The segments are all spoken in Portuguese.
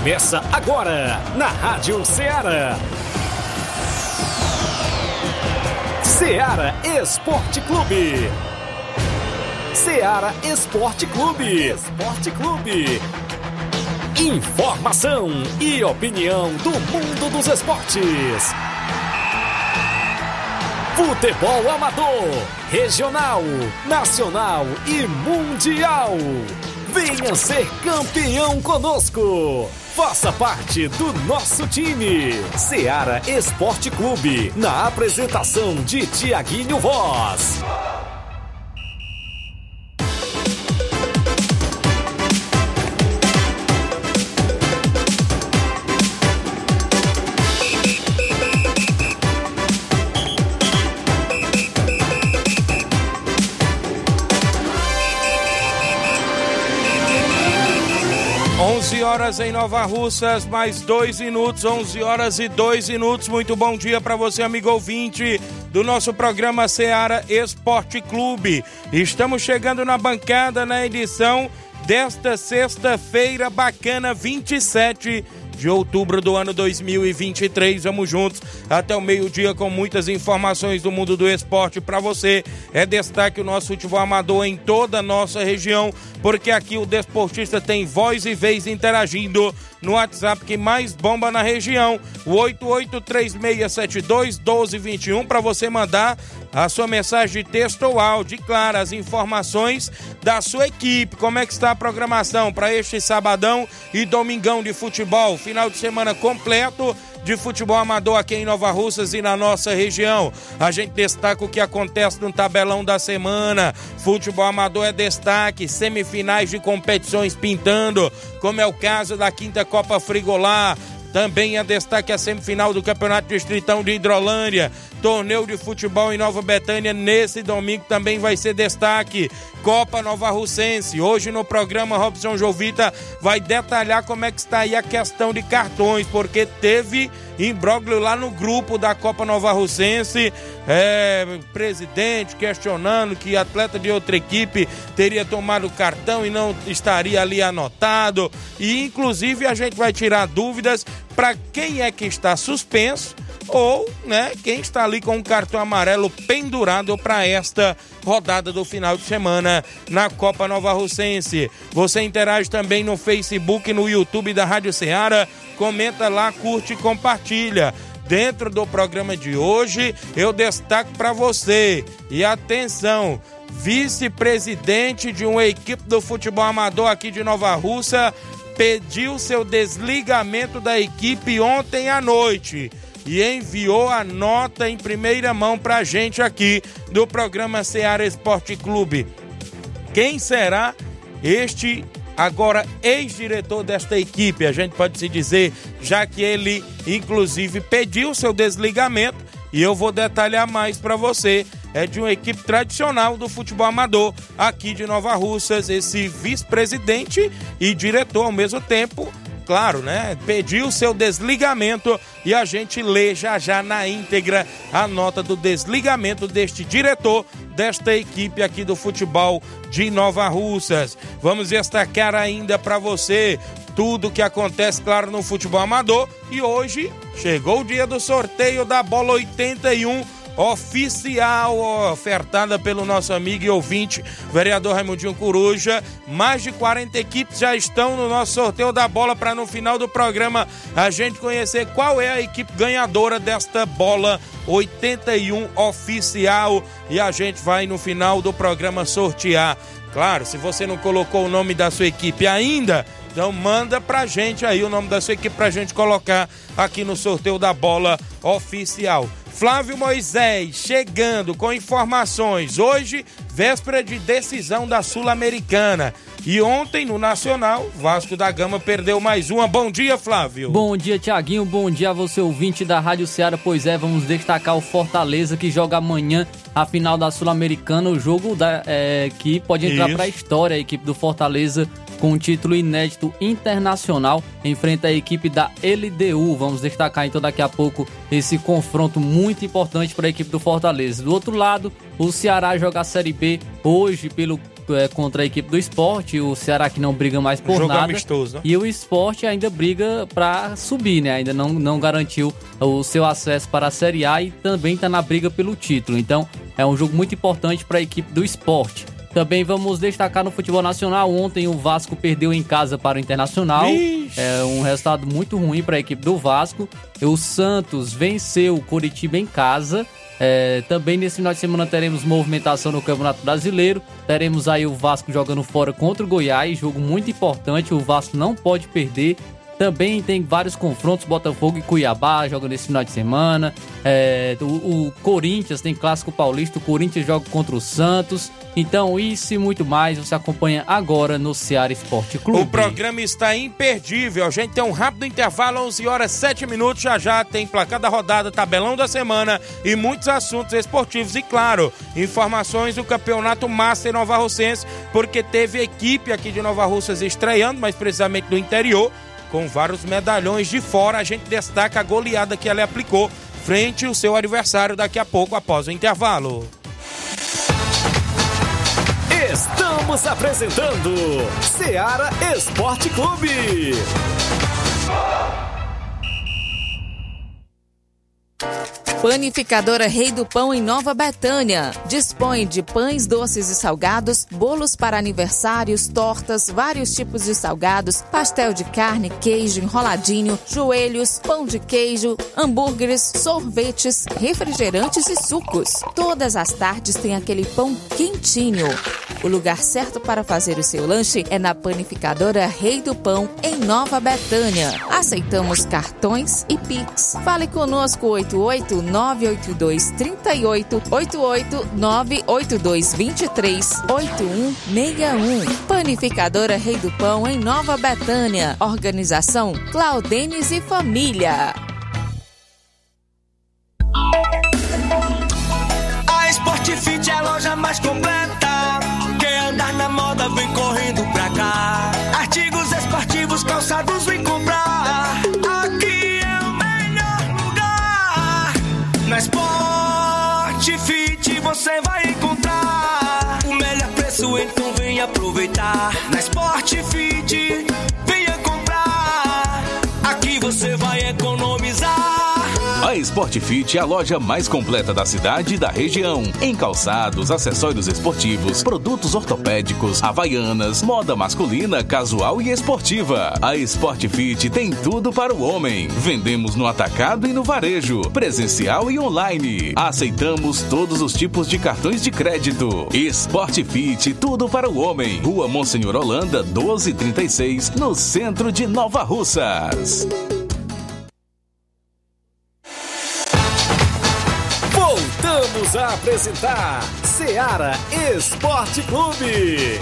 Começa agora na Rádio Ceará. Ceará Esporte Clube. Ceará Esporte Clube. Esporte Clube. Informação e opinião do mundo dos esportes. Futebol amador, regional, nacional e mundial. Venha ser campeão conosco. Faça parte do nosso time. Ceará Esporte Clube, na apresentação de Tiaguinho Voz. Horas em Nova Russas, mais 2 minutos, 11 horas e 2 minutos. Muito bom dia para você, amigo ouvinte do nosso programa Ceará Esporte Clube. Estamos chegando na bancada na edição desta sexta-feira bacana, 27 de outubro do ano 2023. Vamos juntos até o meio-dia com muitas informações do mundo do esporte para você. É destaque o nosso futebol amador em toda a nossa região, porque aqui o desportista tem voz e vez interagindo no WhatsApp que mais bomba na região, o 8836721221, para você mandar a sua mensagem de texto ou áudio, claro, as informações da sua equipe, como é que está a programação para este sabadão e domingão de futebol, final de semana completo de futebol amador aqui em Nova Russas e na nossa região. A gente destaca o que acontece no tabelão da semana. Futebol amador é destaque, semifinais de competições pintando, como é o caso da quinta Copa Frigolá. Também é destaque a semifinal do Campeonato Distritão de Hidrolândia. Torneio de futebol em Nova Betânia nesse domingo também vai ser destaque. Copa Nova Russense. Hoje no programa Robson Jovita vai detalhar como é que está aí a questão de cartões, porque teve imbróglio lá no grupo da Copa Nova Russense. Presidente questionando que atleta de outra equipe teria tomado cartão e não estaria ali anotado. E inclusive a gente vai tirar dúvidas para quem é que está suspenso ou, quem está ali com um cartão amarelo pendurado para esta rodada do final de semana na Copa Nova Russense. Você interage também no Facebook e no YouTube da Rádio Ceará, comenta lá, curte e compartilha. Dentro do programa de hoje, eu destaco para você, e atenção, vice-presidente de uma equipe do futebol amador aqui de Nova Russa pediu seu desligamento da equipe ontem à noite e enviou a nota em primeira mão pra gente aqui do programa Ceará Esporte Clube. Quem será este agora ex-diretor desta equipe? A gente pode se dizer, já que ele inclusive pediu seu desligamento, e eu vou detalhar mais para você. É de uma equipe tradicional do futebol amador aqui de Nova Russas, esse vice-presidente e diretor ao mesmo tempo. Claro, pediu seu desligamento e a gente lê já na íntegra a nota do desligamento deste diretor desta equipe aqui do futebol de Nova Russas. Vamos destacar ainda para você tudo que acontece, claro, no futebol amador. E hoje chegou o dia do sorteio da bola 81 oficial, ofertada pelo nosso amigo e ouvinte, vereador Raimundinho Coruja. Mais de 40 equipes já estão no nosso sorteio da bola, para no final do programa a gente conhecer qual é a equipe ganhadora desta bola 81 oficial, e a gente vai no final do programa sortear. Claro, se você não colocou o nome da sua equipe ainda, então manda pra gente aí o nome da sua equipe pra gente colocar aqui no sorteio da bola oficial. Flávio Moisés chegando com informações. Hoje, véspera de decisão da Sul-Americana. E ontem, no Nacional, Vasco da Gama perdeu mais uma. Bom dia, Flávio. Bom dia, Tiaguinho. Bom dia a você, ouvinte da Rádio Ceará. Pois é, vamos destacar o Fortaleza, que joga amanhã a final da Sul-Americana. O jogo que pode entrar para a história, a equipe do Fortaleza, com um título inédito internacional, enfrenta a equipe da LDU. Vamos destacar então daqui a pouco esse confronto muito importante para a equipe do Fortaleza. Do outro lado, o Ceará joga a Série B hoje pelo contra a equipe do Sport. O Ceará que não briga mais por jogo nada. Amistoso, né? E o Sport ainda briga para subir, né? Ainda não garantiu o seu acesso para a Série A e também está na briga pelo título. Então é um jogo muito importante para a equipe do Sport. Também vamos destacar no futebol nacional. Ontem o Vasco perdeu em casa para o Internacional. Ixi. É um resultado muito ruim para a equipe do Vasco. O Santos venceu o Coritiba em casa. Também nesse final de semana teremos movimentação no Campeonato Brasileiro. Teremos aí o Vasco jogando fora contra o Goiás. Jogo muito importante. O Vasco não pode perder. Também tem vários confrontos, Botafogo e Cuiabá jogam nesse final de semana. O Corinthians tem Clássico Paulista, o Corinthians joga contra o Santos. Então isso e muito mais você acompanha agora no Ceará Esporte Clube. O programa está imperdível. A gente tem um rápido intervalo, 11 horas 7 minutos. Já tem placar da rodada, tabelão da semana e muitos assuntos esportivos. E claro, informações do Campeonato Master Nova Russense, porque teve equipe aqui de Nova Russas estreando, mas precisamente do interior, com vários medalhões de fora. A gente destaca a goleada que ela aplicou frente ao seu adversário daqui a pouco, após o intervalo. Estamos apresentando Ceará Esporte Clube. Panificadora Rei do Pão em Nova Betânia. Dispõe de pães doces e salgados, bolos para aniversários, tortas, vários tipos de salgados, pastel de carne, queijo, enroladinho, joelhos, pão de queijo, hambúrgueres, sorvetes, refrigerantes e sucos. Todas as tardes tem aquele pão quentinho. O lugar certo para fazer o seu lanche é na Panificadora Rei do Pão, em Nova Betânia. Aceitamos cartões e Pix. Fale conosco 88-982-38, 88-982-23-8161. Panificadora Rei do Pão, em Nova Betânia. Organização Claudenes e Família. A Sportfit é a loja mais completa. Quer andar na moda, vem correndo pra cá. Artigos esportivos, calçados, vem comprar. Aqui é o melhor lugar. Na Sportfit você vai encontrar o melhor preço, então vem aproveitar. Na Sportfit, venha comprar. Aqui você vai economizar. A Sportfit é a loja mais completa da cidade e da região. Em calçados, acessórios esportivos, produtos ortopédicos, havaianas, moda masculina, casual e esportiva. A Sportfit tem tudo para o homem. Vendemos no atacado e no varejo, presencial e online. Aceitamos todos os tipos de cartões de crédito. Sportfit, tudo para o homem. Rua Monsenhor Holanda, 1236, no centro de Nova Russas. Voltamos a apresentar Ceará Esporte Clube.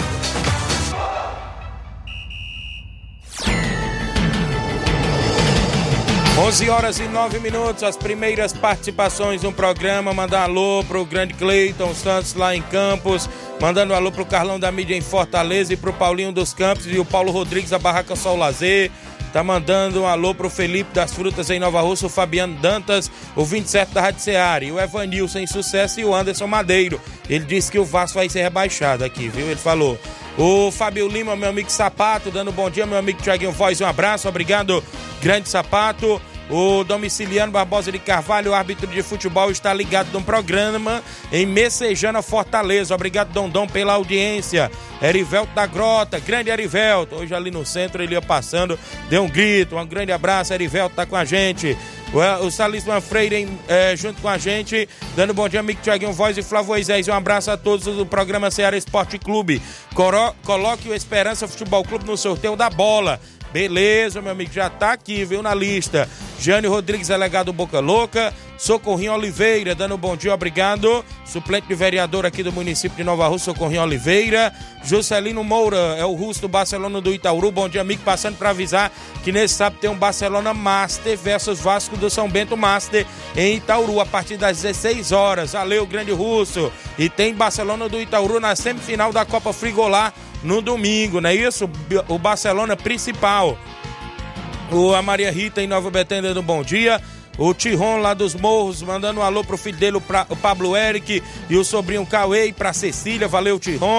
11 horas e 9 minutos, as primeiras participações no programa. Mandar alô pro grande Cleiton Santos lá em Campos, mandando alô pro Carlão da Mídia em Fortaleza e pro Paulinho dos Campos e o Paulo Rodrigues da Barraca Sol Lazer. Tá mandando um alô pro Felipe das Frutas em Nova Russa, o Fabiano Dantas, o 27 da Rádio Ceará, e o Evanilson em Sucesso e o Anderson Madeiro. Ele disse que o Vasco vai ser rebaixado aqui, viu? Ele falou. O Fábio Lima, meu amigo Sapato, dando bom dia, meu amigo Thiaguinho Voz, um abraço, obrigado, grande Sapato. O Domiciliano Barbosa de Carvalho, o árbitro de futebol, está ligado no programa em Messejana, Fortaleza. Obrigado, Dondon, pela audiência. Erivelto da Grota, grande Erivelto. Hoje ali no centro ele ia passando, deu um grito, um grande abraço. Erivelto tá com a gente. O Salisman Freire junto com a gente, dando bom dia, amigo Thiaguinho Voz e Flávio Moisés. Um abraço a todos do programa Ceará Esporte Clube. Coloque o Esperança Futebol Clube no sorteio da bola. Beleza, meu amigo, já tá aqui, viu, na lista. Jânio Rodrigues, delegado Boca Louca. Socorrinho Oliveira, dando um bom dia, obrigado. Suplente de vereador aqui do município de Nova Russa, Socorrinho Oliveira. Juscelino Moura, é o russo do Barcelona do Itaúru. Bom dia, amigo, passando para avisar que nesse sábado tem um Barcelona Master versus Vasco do São Bento Master em Itaúru, a partir das 16 horas. Valeu, grande russo. E tem Barcelona do Itaúru na semifinal da Copa Frigolá no domingo, não é isso? O Barcelona principal. A Maria Rita em Nova Betânia dando bom dia. O Tiron lá dos Morros mandando um alô pro filho dele, o Pablo Eric, e o sobrinho Cauê, e pra Cecília. Valeu, Tiron.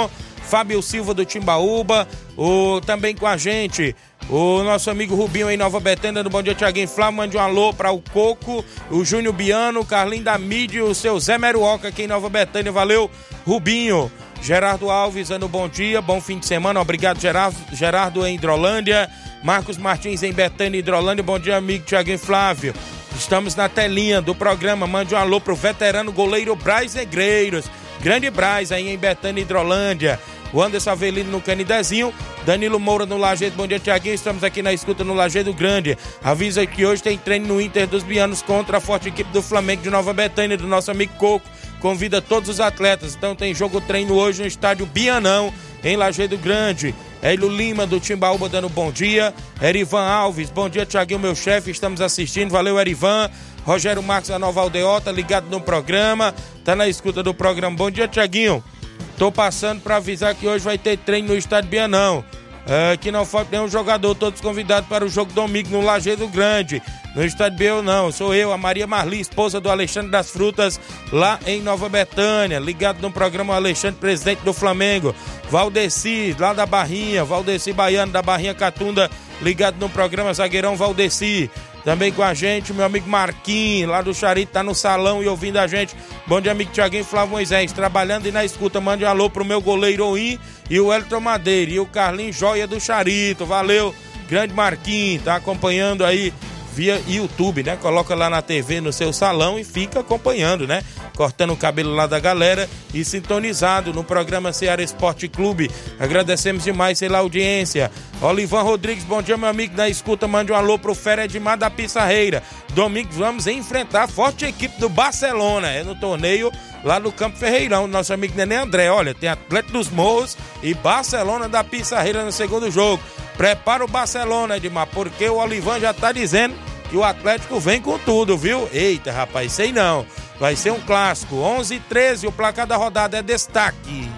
Fábio Silva do Timbaúba, também com a gente, o nosso amigo Rubinho em Nova Betânia, do Bom Dia Tiaguinho Flávio, mande um alô para o Coco, o Júnior Biano, o Carlinho da Mídia e o seu Zé Meruoca aqui em Nova Betânia, valeu Rubinho. Gerardo Alves dando bom dia, bom fim de semana, obrigado Gerardo em Hidrolândia, Marcos Martins em Betânia, Hidrolândia, bom dia amigo Tiaguinho Flávio, estamos na telinha do programa, mande um alô pro veterano goleiro Braz Negreiros, grande Braz aí em Betânia, Hidrolândia, o Anderson Avelino no Canidezinho, Danilo Moura no Lajeado, bom dia Tiaguinho, estamos aqui na escuta no Lajeado Grande, avisa que hoje tem treino no Inter dos Bianos contra a forte equipe do Flamengo de Nova Betânia, do nosso amigo Coco, convida todos os atletas, então tem jogo treino hoje no estádio Bianão, em Lajeado Grande. Hélio Lima do Timbaúba dando bom dia, Erivan Alves, bom dia Tiaguinho, meu chefe, estamos assistindo, valeu Erivan. Rogério Marcos da Nova Aldeota, ligado no programa, tá na escuta do programa, bom dia Tiaguinho. Tô passando para avisar que hoje vai ter treino no estádio Bianão. Que não falta nenhum jogador, todos convidados para o jogo domingo no Lajeado Grande. No estádio Bianão não, sou eu, a Maria Marli, esposa do Alexandre das Frutas, lá em Nova Betânia. Ligado no programa o Alexandre, presidente do Flamengo. Valdeci, lá da Barrinha, Valdeci Baiano da Barrinha Catunda, ligado no programa Zagueirão Valdeci. Também com a gente, meu amigo Marquinhos, lá do Charito, tá no salão e ouvindo a gente. Bom dia, amigo Tiaguinho Flávio Moisés, trabalhando e na escuta. Mande um alô pro meu goleiro Oim e o Elton Madeira e o Carlinhos Joia do Charito. Valeu, grande Marquinhos, tá acompanhando aí via YouTube, né? Coloca lá na TV no seu salão e fica acompanhando, né? Cortando o cabelo lá da galera e sintonizado no programa Ceará Esporte Clube. Agradecemos demais pela audiência. Olivan Rodrigues, bom dia, meu amigo da escuta. Mande um alô pro Fera Edmar da Pissarreira. Domingo vamos enfrentar a forte equipe do Barcelona. É no torneio lá no Campo Ferreirão. Nosso amigo Nenê André. Olha, tem Atlético dos Morros e Barcelona da Pissarreira no segundo jogo. Prepara o Barcelona, Edmar, porque o Olivan já tá dizendo que o Atlético vem com tudo, viu? Eita, rapaz, sei não. Vai ser um clássico. 11-13, o placar da rodada é destaque.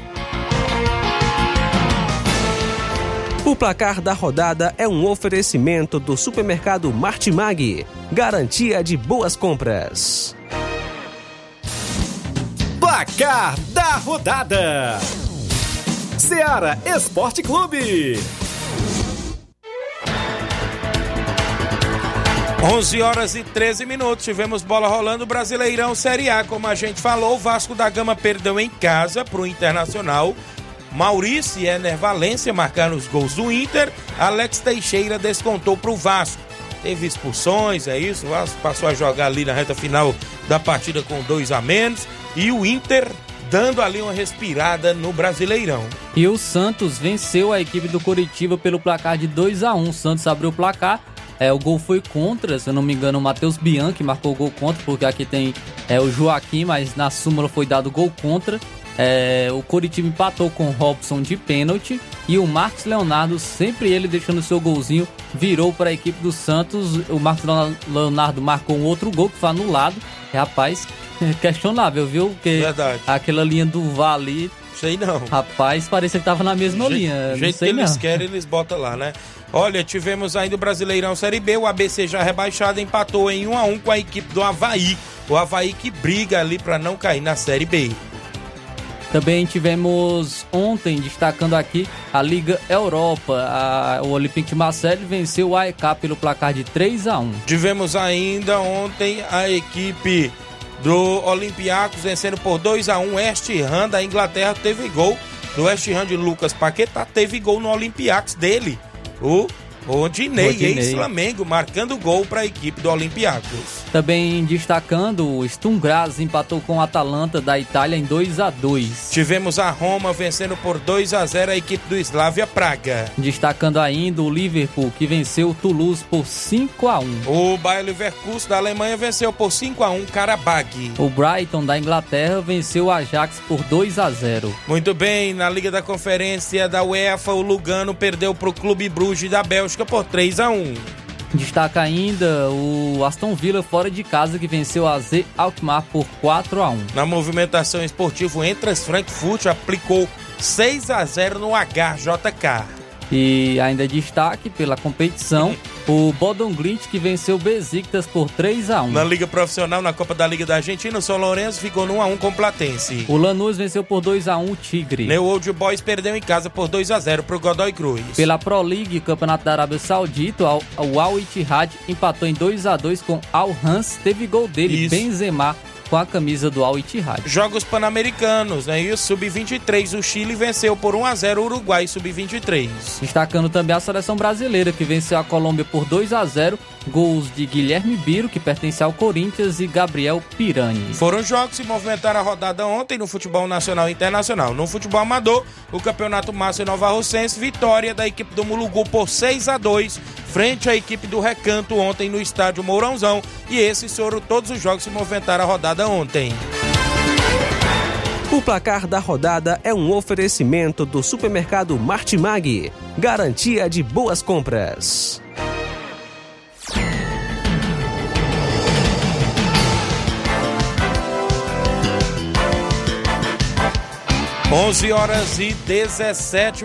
O placar da rodada é um oferecimento do supermercado Martimag. Garantia de boas compras. Placar da rodada: Ceará Esporte Clube. 11h13, tivemos bola rolando, Brasileirão Série A, como a gente falou, o Vasco da Gama perdeu em casa pro Internacional, Maurício e Ener Valência marcaram os gols do Inter, Alex Teixeira descontou pro Vasco, teve expulsões, é isso, o Vasco passou a jogar ali na reta final da partida com 2 a menos, e o Inter dando ali uma respirada no Brasileirão. E o Santos venceu a equipe do Coritiba pelo placar de 2-1, o Santos abriu o placar. O gol foi contra, se eu não me engano, o Matheus Bianchi marcou o gol contra, porque aqui tem o Joaquim, mas na súmula foi dado gol contra. O Coritiba empatou com o Robson de pênalti e o Marcos Leonardo, sempre ele deixando o seu golzinho, virou para a equipe do Santos. O Marcos Leonardo marcou um outro gol que foi anulado. Rapaz, questionável, viu? Porque verdade. Aquela linha do VAR ali, sei não. Rapaz, parecia que tava na mesma linha. Do jeito que eles querem, eles botam lá, né? Olha, tivemos ainda o Brasileirão Série B, o ABC já rebaixado, empatou em 1-1 com a equipe do Avaí. O Avaí que briga ali para não cair na Série B. Também tivemos ontem, destacando aqui, a Liga Europa. O Olympique de Marseille venceu o AEK pelo placar de 3-1. Tivemos ainda ontem a equipe do Olympiacos vencendo por 2-1 West Ham da Inglaterra. Teve gol do West Ham de Lucas Paquetá, teve gol no Olympiacos dele, o Odinei, ex-Flamengo, marcando gol para a equipe do Olympiacos. Também destacando, o Sturm Graz empatou com o Atalanta da Itália em 2-2. Tivemos a Roma vencendo por 2-0 a equipe do Slavia Praga. Destacando ainda o Liverpool, que venceu o Toulouse por 5-1. O Bayer Leverkusen da Alemanha venceu por 5-1 Karabag. O Brighton da Inglaterra venceu o Ajax por 2-0. Muito bem, na Liga da Conferência da UEFA, o Lugano perdeu para o Clube Bruges da Bélgica por 3-1. Destaca ainda o Aston Villa fora de casa, que venceu a AZ Alkmaar por 4-1. Na movimentação esportiva, o Eintracht Frankfurt aplicou 6-0 no HJK. E ainda destaque pela competição, o Bodø Glimt, que venceu o Besiktas por 3-1. Na Liga Profissional, na Copa da Liga da Argentina, o São Lourenço ficou no 1-1 com o Platense. O Lanús venceu por 2-1 o Tigre. New Old Boys perdeu em casa por 2-0 para o Godoy Cruz. Pela Pro League, Campeonato da Arábia Saudita, o Al Ittihad empatou em 2-2 com Al Hans, teve gol dele, Benzema, com a camisa do Al Ittihad. Jogos Pan-Americanos, né? E o Sub-23, o Chile venceu por 1-0 o Uruguai Sub-23. Destacando também a seleção brasileira, que venceu a Colômbia por 2-0, gols de Guilherme Biro, que pertence ao Corinthians, e Gabriel Pirani. Foram jogos que movimentaram a rodada ontem no futebol nacional e internacional. No futebol amador, o Campeonato Massa Nova Russense, vitória da equipe do Mulugu por 6-2, frente à equipe do Recanto ontem no estádio Mourãozão. E esses foram todos os jogos que movimentaram a rodada ontem. O placar da rodada é um oferecimento do supermercado Martimag, garantia de boas compras. 11h17,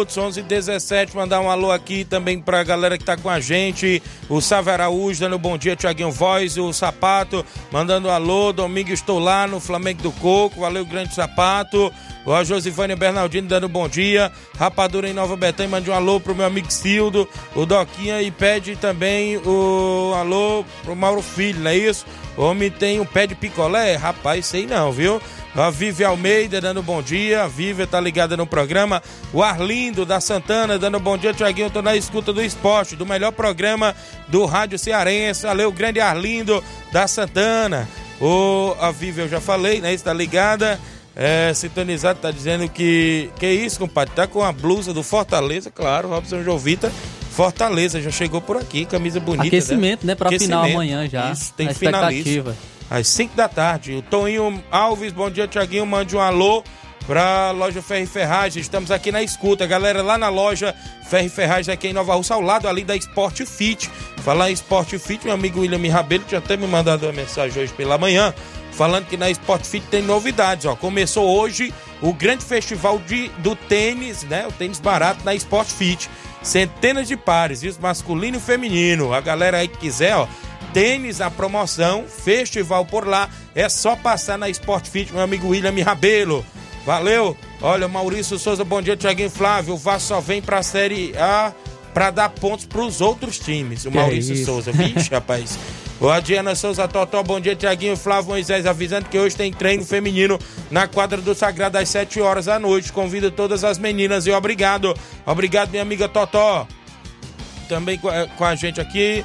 11h17, mandar um alô aqui também pra galera que tá com a gente, o Sávio Araújo dando bom dia, Thiaguinho Voz, o Sapato mandando um alô, domingo estou lá no Flamengo do Coco, valeu grande Sapato, a Josivânia Bernardino dando bom dia, Rapadura em Nova Betânia, mande um alô pro meu amigo Cildo, o Doquinha, e pede também o alô pro Mauro Filho, não é isso? O homem tem um pé de picolé? Rapaz, sei não, viu? A Vivi Almeida dando bom dia, a Vivi tá ligada no programa, o Arlindo da Santana dando bom dia, Thiaguinho, tô na escuta do esporte, do melhor programa do Rádio Cearense, valeu, grande Arlindo da Santana. A Vivi eu já falei, né, está ligada, sintonizado, tá dizendo que isso, compadre, tá com a blusa do Fortaleza, claro, Robson Jovita, Fortaleza, já chegou por aqui, camisa bonita. Aquecimento, né, pra final amanhã já, isso, tem expectativa. Às 5 da tarde. O Toninho Alves, bom dia, Thiaguinho. Mande um alô pra loja Ferro e Ferragem. Estamos aqui na escuta. Galera, lá na loja Ferro e Ferragem, aqui em Nova Russa, ao lado ali da Sport Fit. Falar em Sport Fit, meu amigo William Rabelo tinha até me mandado uma mensagem hoje pela manhã, falando que na Sport Fit tem novidades. Ó, começou hoje o grande festival do tênis, né? O tênis barato na Sport Fit. Centenas de pares, isso, masculino e feminino. A galera aí que quiser, ó, tênis, a promoção, festival por lá, é só passar na Sport Fit, meu amigo William Rabelo. Valeu. Olha, Maurício Souza, bom dia, Thiaguinho Flávio. O Vasco só vem pra Série A pra dar pontos pros outros times. O Maurício Souza, vixe, rapaz. O Adriana Souza Totó, bom dia, Thiaguinho Flávio Moisés, avisando que hoje tem treino feminino na quadra do Sagrado às 7 horas da noite. Convido todas as meninas e obrigado. Obrigado, minha amiga Totó. Também com a gente aqui,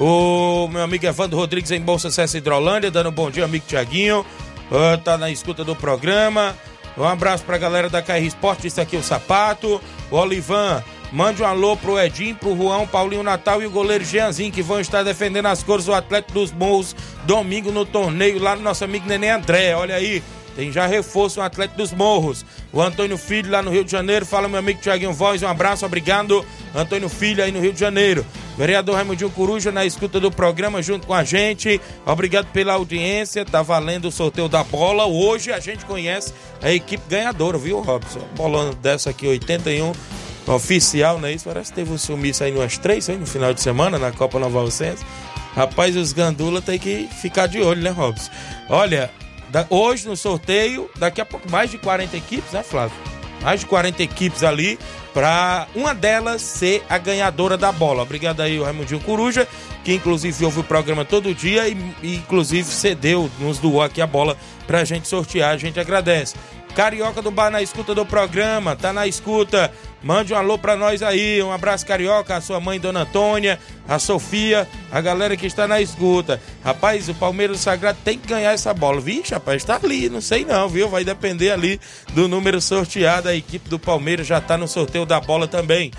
o meu amigo Evandro Rodrigues em Bolsa Cessa Hidrolândia, dando bom dia, amigo Thiaguinho. Tá na escuta do programa. Um abraço pra galera da KR Esporte, isso aqui é o Sapato. O Olivan, mande um alô pro Edinho, pro Juan, Paulinho Natal e o goleiro Jeanzinho, que vão estar defendendo as cores do Atlético dos Morros domingo no torneio lá no nosso amigo Neném André. Olha aí, tem já reforço no Atlético dos Morros. O Antônio Filho lá no Rio de Janeiro, fala meu amigo Thiaguinho Voz, um abraço, obrigado, Antônio Filho aí no Rio de Janeiro. Vereador Raimundinho Coruja na escuta do programa junto com a gente, obrigado pela audiência, tá valendo o sorteio da bola. Hoje a gente conhece a equipe ganhadora, viu, Robson? Bola dessa aqui, 81, oficial, não é isso? Parece que teve um sumiço aí umas 3 aí no final de semana na Copa Nova Russense. Rapaz, os gandula tem que ficar de olho, né, Robson? Olha, hoje no sorteio, daqui a pouco mais de 40 equipes, né, Flávio? Mais de 40 equipes ali, para uma delas ser a ganhadora da bola. Obrigado aí o Raimundinho Coruja, que inclusive ouve o programa todo dia e inclusive nos doou aqui a bola pra gente sortear, a gente agradece. Carioca do Bar na escuta do programa, tá na escuta, mande um alô pra nós aí, um abraço Carioca, a sua mãe Dona Antônia, a Sofia, a galera que está na escuta. Rapaz, o Palmeiras Sagrado tem que ganhar essa bola, vixe, rapaz, tá ali, não sei não, viu, vai depender ali do número sorteado, a equipe do Palmeiras já tá no sorteio da bola também.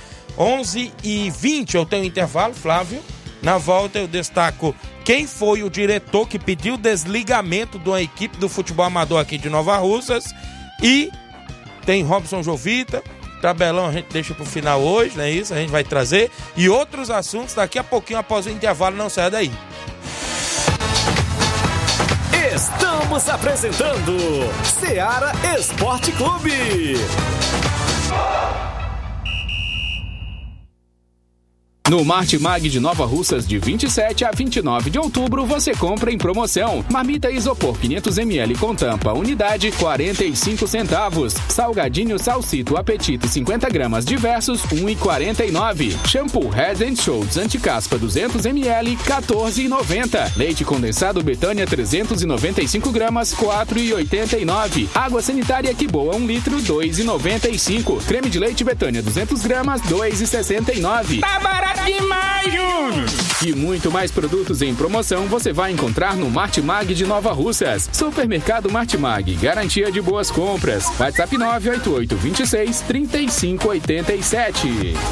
11h20 eu tenho intervalo, Flávio, na volta eu destaco quem foi o diretor que pediu desligamento de uma equipe do futebol amador aqui de Nova Russas. E tem Robson Jovita, tabelão a gente deixa pro final hoje, não é isso? A gente vai trazer. E outros assuntos daqui a pouquinho após o intervalo, não saia daí. Estamos apresentando Ceará Esporte Clube. No Martimag de Nova Russas, de 27 a 29 de outubro, você compra em promoção. Marmita Isopor 500ml com tampa, unidade, 45 centavos. Salgadinho Salsito Apetito 50 gramas diversos, 1,49. Shampoo Head and Shoulders Anticaspa 200ml, 14,90. Leite condensado Betânia 395 gramas, 4,89. Água sanitária Que Boa 1 litro, 2,95. Creme de leite Betânia 200 gramas, 2,69. Tá barato demais, Júnior! E muito mais produtos em promoção você vai encontrar no Martimag de Nova Russas. Supermercado Martimag, garantia de boas compras. WhatsApp 988 26 35 87.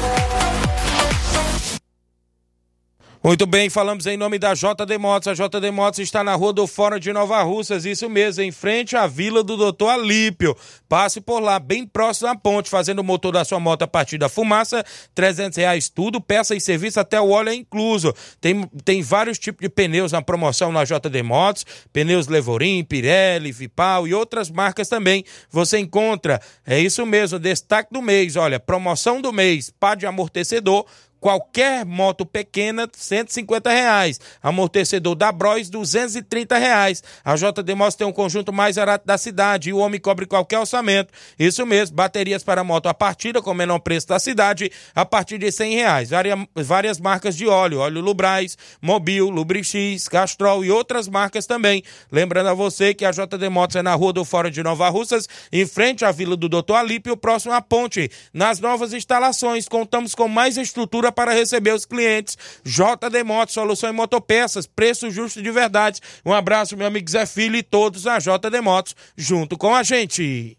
Muito bem, falamos em nome da JD Motos. A JD Motos está na Rua do Fórum de Nova Russas, isso mesmo, em frente à Vila do Dr. Alípio. Passe por lá, bem próximo à ponte, fazendo o motor da sua moto a partir da fumaça, R$300 tudo, peça e serviço, até o óleo é incluso. Tem vários tipos de pneus na promoção na JD Motos, pneus Levorim, Pirelli, Vipal e outras marcas também. Você encontra, é isso mesmo, destaque do mês, olha, promoção do mês, pá de amortecedor, qualquer moto pequena, R$150. Amortecedor da Bros, R$230. A JD Motos tem um conjunto mais barato da cidade e o homem cobre qualquer orçamento. Isso mesmo, baterias para moto a partida com o menor preço da cidade, a partir de R$100. Várias marcas de óleo Lubrais, Mobil, Lubrix, Castrol e outras marcas também. Lembrando a você que a JD Motos é na Rua do Fórum de Nova Russas, em frente à Vila do Dr. Alípio, próximo à ponte. Nas novas instalações, contamos com mais estrutura para receber os clientes. JD Motos, solução em motopeças, preço justo de verdade. Um abraço, meu amigo Zé Filho e todos a JD Motos, junto com a gente.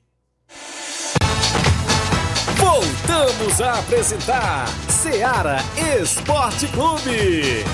Voltamos a apresentar Seara Esporte Clube.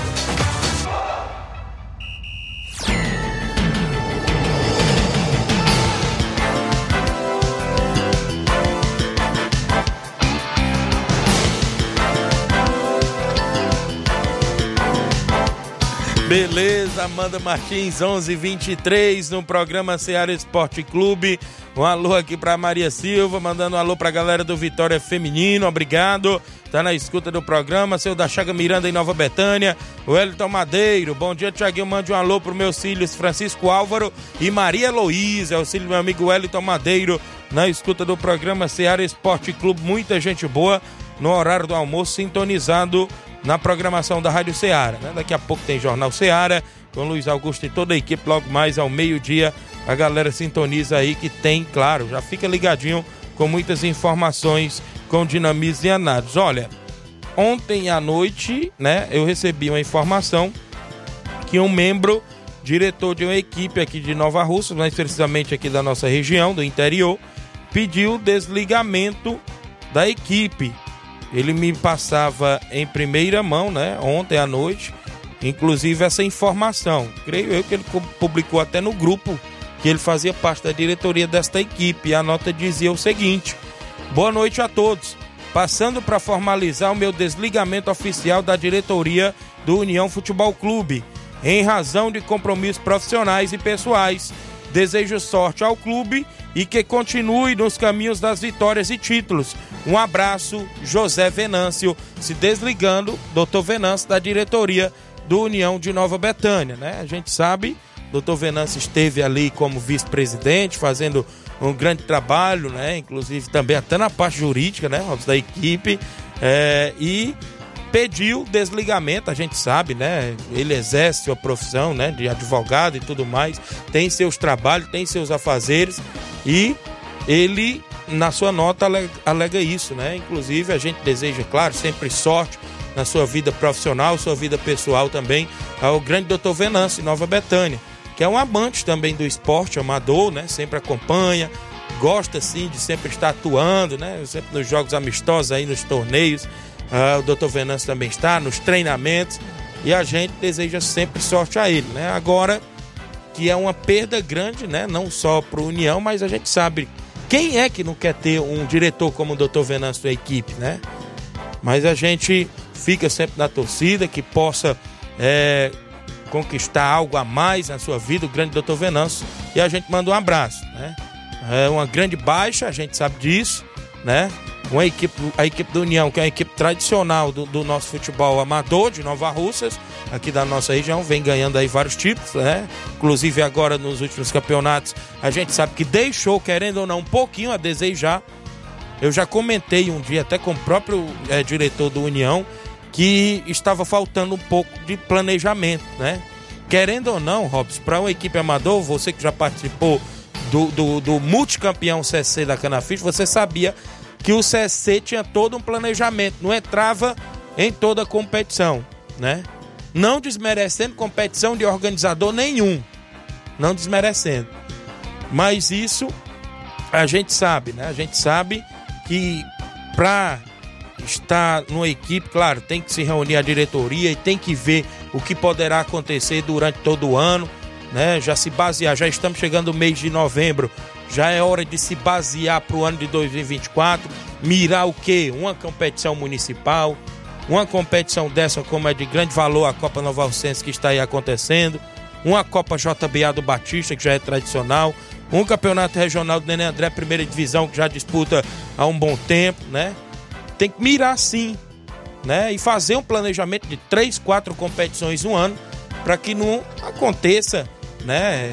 Beleza, Amanda Martins, 11h23 no programa Seara Esporte Clube. Um alô aqui pra Maria Silva, mandando um alô pra galera do Vitória Feminino, obrigado. Tá na escuta do programa, seu da Chaga Miranda em Nova Betânia, o Wellington Madeiro. Bom dia, Tiaguinho, mande um alô pros meus filhos Francisco Álvaro e Maria Heloísa. É o filho do meu amigo Wellington Madeiro, na escuta do programa Seara Esporte Clube. Muita gente boa no horário do almoço, sintonizado na programação da Rádio Ceará, né? Daqui a pouco tem Jornal Ceará com Luiz Augusto e toda a equipe. Logo mais ao meio-dia a galera sintoniza aí, que tem, claro, já fica ligadinho com muitas informações, com dinamismo e análise. Olha, ontem à noite, né, eu recebi uma informação que um membro, diretor de uma equipe aqui de Nova Russas, mais precisamente aqui da nossa região, do interior, pediu desligamento da equipe. Ele me passava em primeira mão, né, ontem à noite, inclusive essa informação. Creio eu que ele publicou até no grupo que ele fazia parte da diretoria desta equipe. E a nota dizia o seguinte: boa noite a todos. Passando para formalizar o meu desligamento oficial da diretoria do União Futebol Clube, em razão de compromissos profissionais e pessoais. Desejo sorte ao clube e que continue nos caminhos das vitórias e títulos. Um abraço, José Venâncio, se desligando, Dr. Venâncio, da diretoria do União de Nova Betânia, né? A gente sabe, Dr. Venâncio esteve ali como vice-presidente, fazendo um grande trabalho, né? Inclusive também até na parte jurídica, né? Da equipe, e pediu desligamento. A gente sabe, né? Ele exerce sua profissão, né, de advogado e tudo mais, tem seus trabalhos, tem seus afazeres, e ele, na sua nota, alega isso, né? Inclusive a gente deseja, claro, sempre sorte na sua vida profissional, sua vida pessoal também, ao grande Dr. Venâncio, Nova Betânia, que é um amante também do esporte amador, né? Sempre acompanha, gosta sim de sempre estar atuando, né? Sempre nos jogos amistosos aí, nos torneios. O Dr. Venâncio também está nos treinamentos e a gente deseja sempre sorte a ele, né? Agora que é uma perda grande, né? Não só para o União, mas a gente sabe quem é que não quer ter um diretor como o Dr. Venâncio na equipe, né? Mas a gente fica sempre na torcida que possa conquistar algo a mais na sua vida, o grande Dr. Venâncio, e a gente manda um abraço, né? É uma grande baixa, a gente sabe disso, né? a equipe do União, que é uma equipe tradicional do nosso futebol amador de Nova Russas, aqui da nossa região, vem ganhando aí vários títulos, né? Inclusive agora nos últimos campeonatos, a gente sabe que deixou, querendo ou não, um pouquinho a desejar. Eu já comentei um dia até com o próprio diretor do União que estava faltando um pouco de planejamento, né? Querendo ou não, Robson, para uma equipe amador, você que já participou do multicampeão CSC da Canafis, você sabia que o CSC tinha todo um planejamento, não entrava em toda a competição, né? Não desmerecendo competição de organizador nenhum, não desmerecendo. Mas isso a gente sabe, né? A gente sabe que para estar numa equipe, claro, tem que se reunir a diretoria e tem que ver o que poderá acontecer durante todo o ano, né? Já se basear, já estamos chegando no mês de novembro, já é hora de se basear para o ano de 2024, mirar o quê? Uma competição municipal, uma competição dessa como é de grande valor, a Copa Nova Russense que está aí acontecendo, uma Copa JBA do Batista, que já é tradicional, um campeonato regional do Nenê André, primeira divisão, que já disputa há um bom tempo, né? Tem que mirar sim, né? E fazer um planejamento de 3, 4 competições no ano, para que não aconteça, né,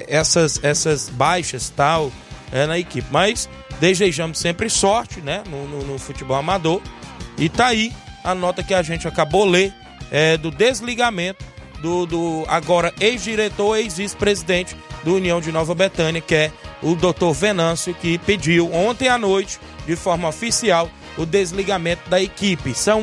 essas baixas tal na equipe. Mas desejamos sempre sorte, né, no futebol amador. E tá aí a nota que a gente acabou de ler do desligamento do agora ex-diretor, ex-vice-presidente do União de Nova Betânia, que é o Dr. Venâncio, que pediu ontem à noite, de forma oficial, o desligamento da equipe. São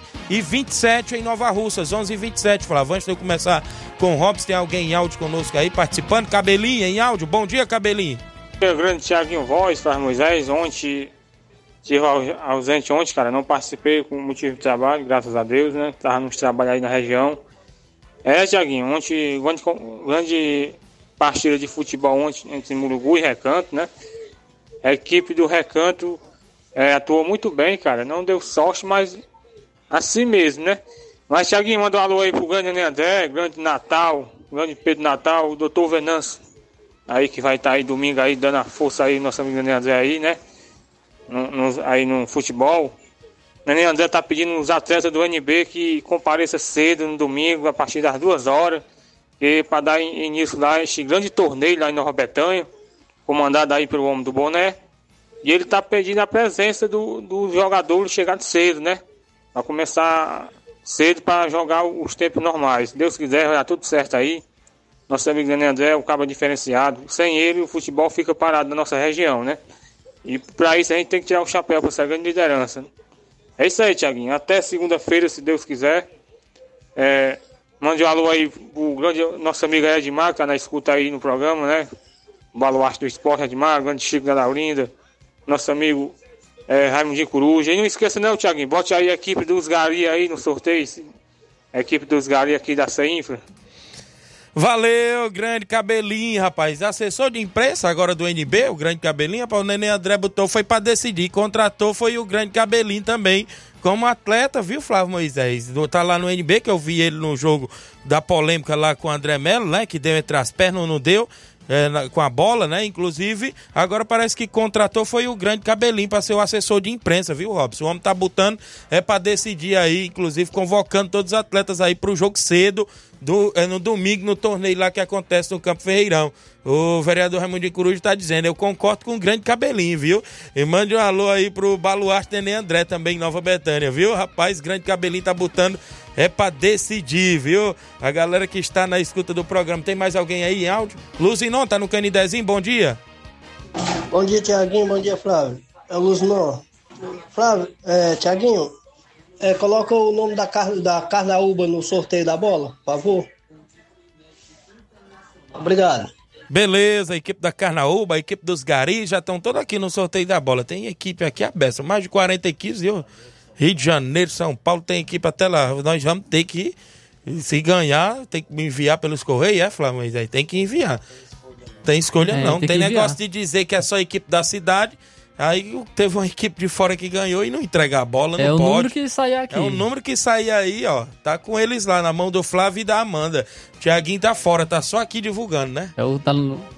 11h27 em Nova Russas, 11h27, Flávio. Antes de eu começar com o Robson, tem alguém em áudio conosco aí participando? Cabelinho em áudio, bom dia, Cabelinho. O grande Thiaguinho Voz, Flávio Moisés, ontem, estive ausente ontem, cara, não participei por motivo de trabalho, graças a Deus, né, tava nos trabalhos aí na região. Thiaguinho, ontem, grande partida de futebol ontem entre Murugu e Recanto, né, a equipe do Recanto atuou muito bem, cara, não deu sorte, mas assim mesmo, né. Mas Thiaguinho, manda um alô aí pro grande Nenê André, grande Natal, grande Pedro Natal, o doutor Venâncio, aí que vai estar aí domingo aí, dando a força aí, nosso amigo Nenê André aí, né, aí no futebol. Nenê André tá pedindo os atletas do NB que compareça cedo no domingo, a partir das 2h, para dar início lá a este grande torneio lá em Nova Betânia, comandado aí pelo homem do boné. E ele tá pedindo a presença do jogador chegando cedo, né? Para começar cedo para jogar os tempos normais. Se Deus quiser, vai dar tudo certo aí. Nosso amigo Nenê André é um cara diferenciado. Sem ele, o futebol fica parado na nossa região, né? E para isso a gente tem que tirar o chapéu para essa grande liderança, né? É isso aí, Thiaguinho. Até segunda-feira, se Deus quiser. Mande um alô aí pro grande nosso amigo Edmar, que tá na escuta aí no programa, né? O baluarte do esporte, Edmar, grande Chico da Laurinda. Nosso amigo Raimundinho Coruja. E não esqueça não, Thiaguinho, bote aí a equipe dos Gari aí no sorteio. A equipe dos Gari aqui da CEINFRA. Valeu, grande Cabelinho, rapaz. Assessor de imprensa agora do NB, o grande Cabelinho, rapaz, o Nenê André botou, foi pra decidir. Contratou, foi o grande Cabelinho também, como atleta, viu, Flávio Moisés? Tá lá no NB, que eu vi ele no jogo da polêmica lá com o André Melo, né? Que deu entre as pernas, não deu. Com a bola, né? Inclusive, agora parece que contratou foi o grande Cabelinho para ser o assessor de imprensa, viu, Robson? O homem tá botando para decidir aí, inclusive convocando todos os atletas aí pro jogo cedo no domingo, no torneio lá que acontece no Campo Ferreirão. O vereador Raimundinho Coruja tá dizendo, eu concordo com o grande Cabelinho, viu? E mande um alô aí pro baluarte Nenê André também em Nova Betânia, viu? Rapaz, grande Cabelinho tá botando pra decidir, viu? A galera que está na escuta do programa. Tem mais alguém aí em áudio? Luzinon, tá no Canidezinho? Bom dia. Bom dia, Thiaguinho. Bom dia, Flávio. É o Luzinon. Flávio, Thiaguinho, coloca o nome da Carnaúba no sorteio da bola, por favor. Obrigado. Beleza, a equipe da Carnaúba, a equipe dos Garis já estão todos aqui no sorteio da bola. Tem equipe aqui aberta, mais de 40 equipes, viu? Rio de Janeiro, São Paulo, tem equipe até lá. Nós vamos ter que, se ganhar, tem que enviar pelos Correios, Flávio? Mas aí tem que enviar. Tem escolha não, tem negócio de dizer que é só a equipe da cidade. Aí teve uma equipe de fora que ganhou e não entregar a bola, não pode. É o número que sai aqui. É o número que sai aí, ó. Tá com eles lá, na mão do Flávio e da Amanda. O Thiaguinho tá fora, tá só aqui divulgando, né? Tá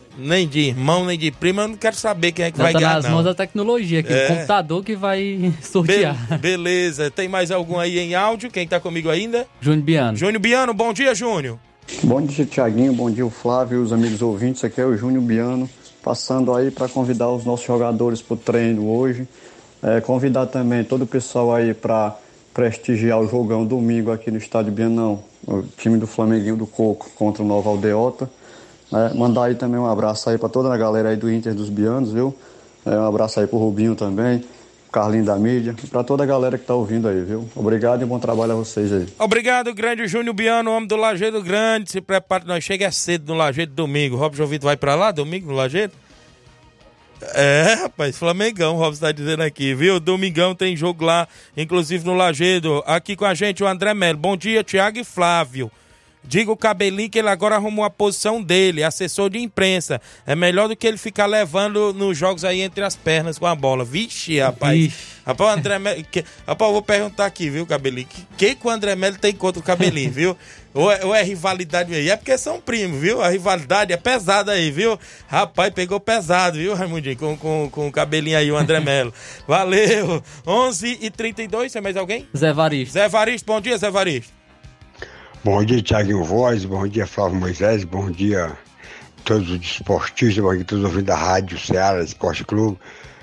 nem de irmão, nem de primo, eu não quero saber quem é que Já vai ganhar, nas mãos da tecnologia aqui, o computador que vai sortear. Beleza, tem mais algum aí em áudio? Quem tá comigo ainda? Júnior Biano. Júnior Biano, bom dia, Júnior. Bom dia, Tiaguinho, bom dia, o Flávio, os amigos ouvintes, aqui é o Júnior Biano, passando aí para convidar os nossos jogadores para o treino hoje, convidar também todo o pessoal aí para prestigiar o jogão domingo aqui no Estádio Bianão, o time do Flamenguinho do Coco contra o Nova Aldeota. Mandar aí também um abraço aí para toda a galera aí do Inter dos Bianos, viu? Um abraço aí pro Rubinho também, Carlinho da mídia, para toda a galera que tá ouvindo aí, viu? Obrigado e bom trabalho a vocês aí. Obrigado, grande Júnior Biano, homem do Lajeado Grande. Se prepare, nós chega cedo no Lajeado domingo. Robson Vitor vai pra lá domingo no Lajeado? Rapaz, Flamengão, o Robson tá dizendo aqui, viu? Domingão tem jogo lá, inclusive no Lajeado. Aqui com a gente o André Melo. Bom dia, Thiago e Flávio. Diga o Cabelinho que ele agora arrumou a posição dele, assessor de imprensa. É melhor do que ele ficar levando nos jogos aí entre as pernas com a bola. Vixe, rapaz. Rapaz, o André Melo. Rapaz, eu vou perguntar aqui, viu, Cabelinho? Que o André Melo tem contra o Cabelinho, viu? Ou é rivalidade mesmo? É porque são primos, viu? A rivalidade é pesada aí, viu? Rapaz, pegou pesado, viu, Raimundinho? Com o Cabelinho aí, o André Melo. Valeu. 11h32, tem mais alguém? Zé Varisto. Zé Varisto, bom dia, Zé Varisto. Bom dia, Thiaguinho Voz, bom dia, Flávio Moisés, bom dia a todos os esportistas, bom dia a todos os ouvintes da Rádio Ceará Esporte Clube.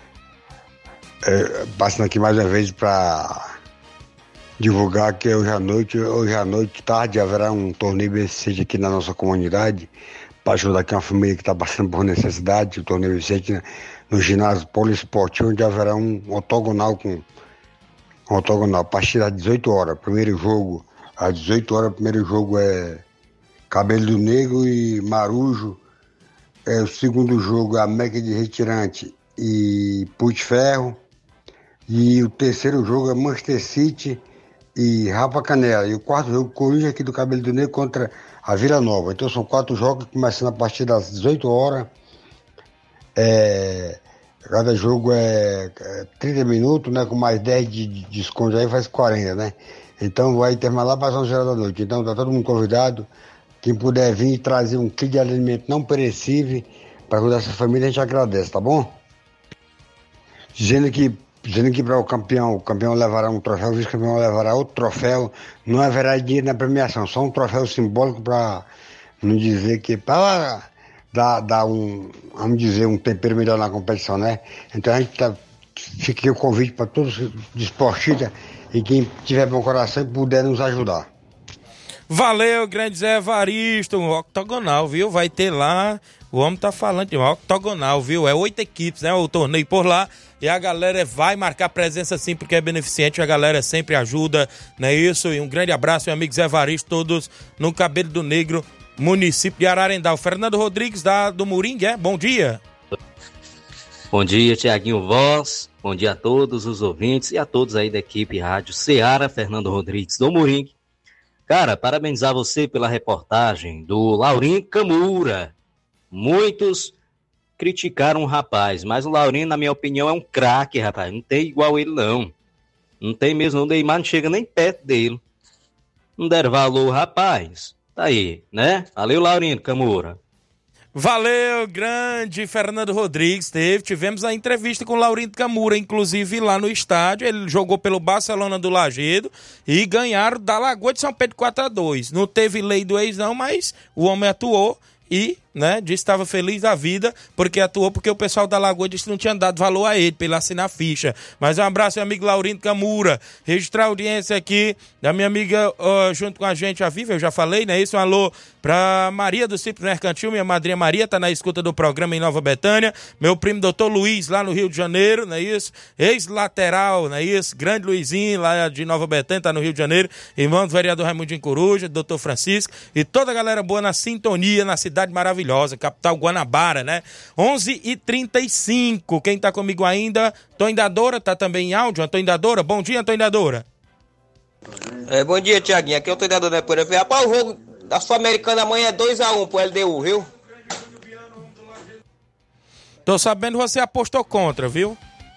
Passando aqui mais uma vez para divulgar que hoje à noite, tarde, haverá um torneio beneficente aqui na nossa comunidade, para ajudar aqui uma família que está passando por necessidade, o torneio beneficente no ginásio poliesportivo, onde haverá um octogonal, a partir das 18 horas, primeiro jogo. Às 18 horas, o primeiro jogo é Cabelo do Negro e Marujo. O segundo jogo é América de Retirante e Puig Ferro. E o terceiro jogo é Manchester City e Rapa Canela. E o quarto jogo, Corinthians aqui do Cabelo do Negro contra a Vila Nova. Então são 4 jogos começando a partir das 18 horas. Cada jogo é 30 minutos, né? Com mais 10 de desconto aí faz 40, né? Então vai terminar lá para as 11 horas da noite. Então tá todo mundo convidado. Quem puder vir e trazer um kit de alimento não perecível para ajudar essa família, a gente agradece, tá bom? Dizendo que para o campeão levará um troféu, o vice-campeão levará outro troféu. Não haverá dinheiro na premiação, só um troféu simbólico para não dizer que para dar um tempero melhor na competição, né? Então a gente fica aqui o convite para todos os esportistas e quem tiver bom coração e puder nos ajudar. Valeu, grande Zé Evaristo, um octogonal, viu? Vai ter lá, o homem tá falando de um octogonal, viu? É 8 equipes, né? O torneio por lá e a galera vai marcar presença sim, porque é beneficente, a galera sempre ajuda, não é isso? E um grande abraço, meu amigo Zé Evaristo, todos no Cabelo do Negro, município de Ararendá. O Fernando Rodrigues do Moringue, Bom dia. Bom dia, Tiaguinho Voz. Bom dia a todos os ouvintes e a todos aí da equipe Rádio Ceará, Fernando Rodrigues do Moringue. Cara, parabenizar você pela reportagem do Laurindo Camura. Muitos criticaram o rapaz, mas o Laurindo, na minha opinião, é um craque, rapaz. Não tem igual ele, não. Não tem mesmo, o Neymar não chega nem perto dele. Não deram valor, rapaz. Tá aí, né? Valeu, Laurindo Camura. Valeu, grande Fernando Rodrigues. Tivemos a entrevista com o Laurindo Camura, inclusive lá no estádio. Ele jogou pelo Barcelona do Lajeado e ganharam da Lagoa de São Pedro 4-2. Não teve lei do ex não, mas o homem atuou e, né, disse que estava feliz da vida porque atuou, porque o pessoal da Lagoa disse que não tinha dado valor a ele, para ele assinar a ficha. Mas um abraço, meu amigo Laurindo Camura. Registrar a audiência aqui da minha amiga junto com a gente, a Viva, eu já falei, né? Isso, um alô pra Maria do Simples Mercantil, minha madrinha Maria, tá na escuta do programa em Nova Betânia. Meu primo doutor Luiz, lá no Rio de Janeiro, não é isso? Ex-lateral, não é isso? Grande Luizinho, lá de Nova Betânia, tá no Rio de Janeiro. Irmão do vereador Raimundinho Coruja, doutor Francisco e toda a galera boa na sintonia, na cidade maravilhosa, capital Guanabara, né? 11h35, quem tá comigo ainda? Antônio Dadora, tá também em áudio. Antônio Dadora, bom dia, Antônio Dadora. Bom dia, Tiaguinho, aqui é o Antônio Dadora, por exemplo. Rapaz, o jogo da Sul-Americana amanhã é 2-1 pro LDU, viu? Tô sabendo que você apostou contra, viu?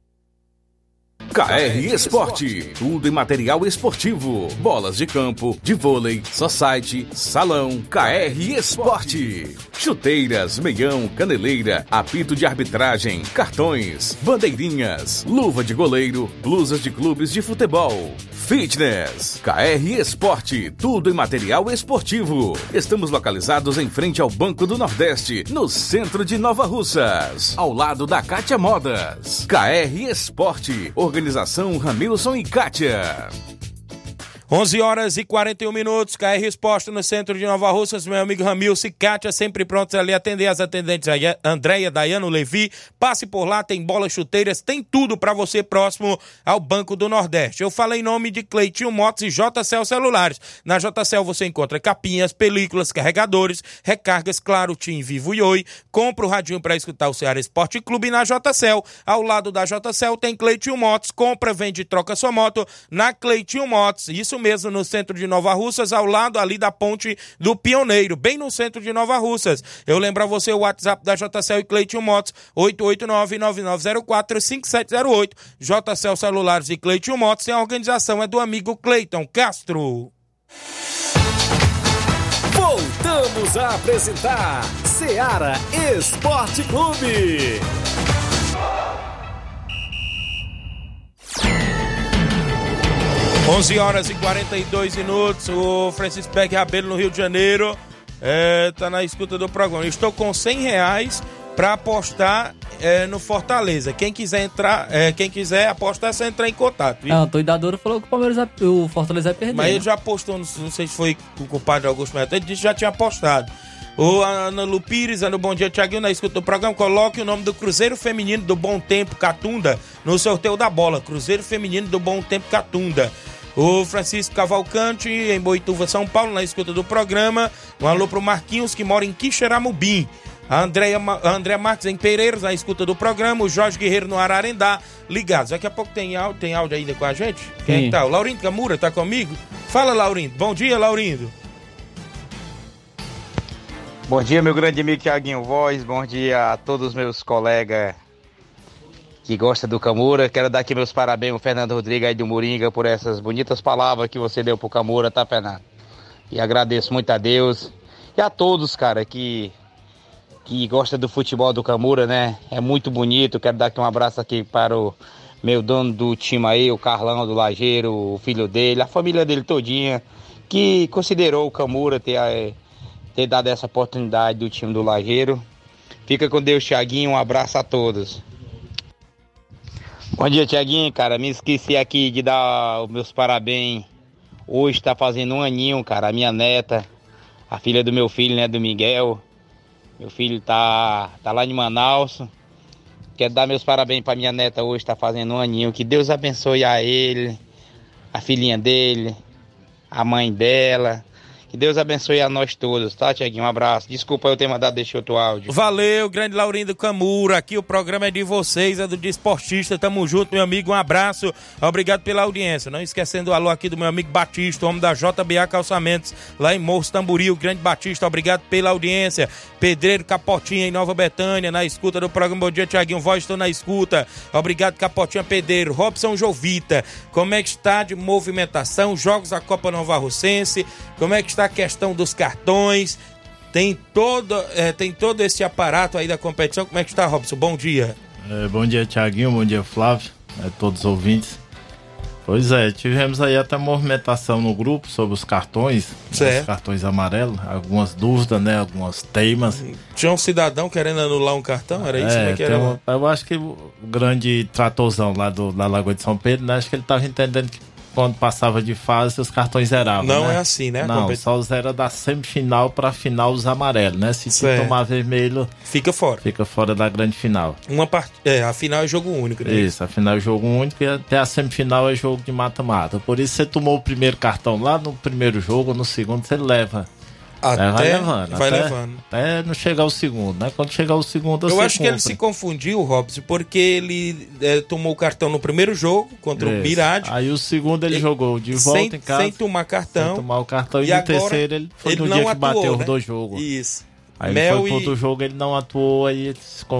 KR Esporte, tudo em material esportivo, bolas de campo, de vôlei, society, salão, KR Esporte. Chuteiras, meião, caneleira, apito de arbitragem, cartões, bandeirinhas, luva de goleiro, blusas de clubes de futebol, fitness, KR Esporte, tudo em material esportivo. Estamos localizados em frente ao Banco do Nordeste, no centro de Nova Russas, ao lado da Kátia Modas. KR Esporte, organização Ramilson e Kátia. 11h41, KR Esporte no centro de Nova Russas, meu amigo Ramilson e Kátia, sempre prontos ali a atender as atendentes aí, Andréia, Daiano, Levi, passe por lá, tem bolas, chuteiras, tem tudo para você próximo ao Banco do Nordeste. Eu falei em nome de Cleitinho Motos e JCL Celulares. Na JCL você encontra capinhas, películas, carregadores, recargas, claro, TIM, Vivo e Oi. Compra o radinho para escutar o Ceará Esporte Clube e na JCL. Ao lado da JCL tem Cleitinho Motos, compra, vende e troca sua moto na Cleitinho Motos. Isso mesmo, no centro de Nova Russas, ao lado ali da Ponte do Pioneiro, bem no centro de Nova Russas. Eu lembro a você o WhatsApp da JCL e Cleitinho Motos, 889-9904-5708. JCL Celulares e Cleitinho Motos, e a organização é do amigo Cleiton Castro. Voltamos a apresentar Ceará Esporte Clube. 11h42, o Francisco Beck Rabelo no Rio de Janeiro tá na escuta do programa. Estou com R$100 para apostar no Fortaleza. Quem quiser entrar, quem quiser apostar, é só entrar em contato. Viu? O Toidador falou que o Fortaleza vai perder. Mas ele já apostou, não sei se foi com o compadre Augusto Neto, ele disse que já tinha apostado. O Ana Lu Pires, no Bom Dia Thiaguinho, na escuta do programa, coloque o nome do Cruzeiro Feminino do Bom Tempo Catunda no sorteio da bola. Cruzeiro Feminino do Bom Tempo Catunda. O Francisco Cavalcante, em Boituva, São Paulo, na escuta do programa. Um alô pro Marquinhos, que mora em Quixeramobim. A Andréa Marques, em Pereiros, na escuta do programa. O Jorge Guerreiro, no Ararendá, ligados. Daqui a pouco tem áudio ainda com a gente? Quem é que tá? O Laurindo Camura tá comigo? Fala, Laurindo. Bom dia, Laurindo. Bom dia, meu grande amigo Thiaguinho Voz. Bom dia a todos os meus colegas que gostam do Camura. Quero dar aqui meus parabéns ao Fernando Rodrigues aí do Moringa por essas bonitas palavras que você deu pro Camura, tá, Fernando? E agradeço muito a Deus e a todos, cara, que gostam do futebol do Camura, né? É muito bonito. Quero dar aqui um abraço aqui para o meu dono do time aí, o Carlão do Lajeiro, o filho dele, a família dele todinha, que considerou o Camura ter dado essa oportunidade do time do Lajeiro. Fica com Deus, Thiaguinho. Um abraço a todos. Bom dia, Thiaguinho, cara. Me esqueci aqui de dar os meus parabéns. Hoje tá fazendo 1 aninho, cara. A minha neta, a filha do meu filho, né, do Miguel. Meu filho tá lá em Manaus. Quero dar meus parabéns pra minha neta hoje, tá fazendo 1 aninho. Que Deus abençoe a ele, a filhinha dele, a mãe dela. Que Deus abençoe a nós todos, tá, Thiaguinho? Um abraço. Desculpa eu ter mandado deixar outro áudio. Valeu, grande Laurindo Camura. Aqui o programa é de vocês, é do Desportista. Tamo junto, meu amigo. Um abraço. Obrigado pela audiência. Não esquecendo o alô aqui do meu amigo Batista, homem da JBA Calçamentos, lá em Morros Tamboril. Grande Batista, obrigado pela audiência. Pedreiro Capotinha, em Nova Betânia, na escuta do programa. Bom dia, Thiaguinho. Voz, estou na escuta. Obrigado, Capotinha Pedreiro. Robson Jovita, como é que está de movimentação? Jogos da Copa Nova Russense. Como é que está a questão dos cartões? Tem todo esse aparato aí da competição. Como é que está, Robson? Bom dia. Bom dia, Thiaguinho. Bom dia, Flávio. Todos os ouvintes. Pois é, tivemos aí até movimentação no grupo sobre os cartões, os cartões amarelos, algumas dúvidas, né, algumas teimas. Tinha um cidadão querendo anular um cartão, era isso? Que era? Eu acho que o grande tratorzão lá da Lagoa de São Pedro, né, acho que ele estava entendendo que quando passava de fase os cartões zeravam. Não, né? é assim, né? Não, só zera da semifinal pra final os amarelos, né? Se tomar vermelho, fica fora. Fica fora da grande final. A final é jogo único, né? Isso, a final é jogo único e até a semifinal é jogo de mata-mata. Por isso você tomou o primeiro cartão lá no primeiro jogo, no segundo você leva. Vai levando. Até não chegar o segundo, né? Quando chegar o segundo, eu acho que ele se confundiu, Robson, porque ele tomou o cartão no primeiro jogo contra o Mirade. Aí o segundo ele jogou de volta em casa. Sem tomar cartão. Sem tomar o cartão. E no terceiro ele foi no dia que bateu os dois jogos. Isso. Aí ele foi pro outro jogo, ele não atuou, aí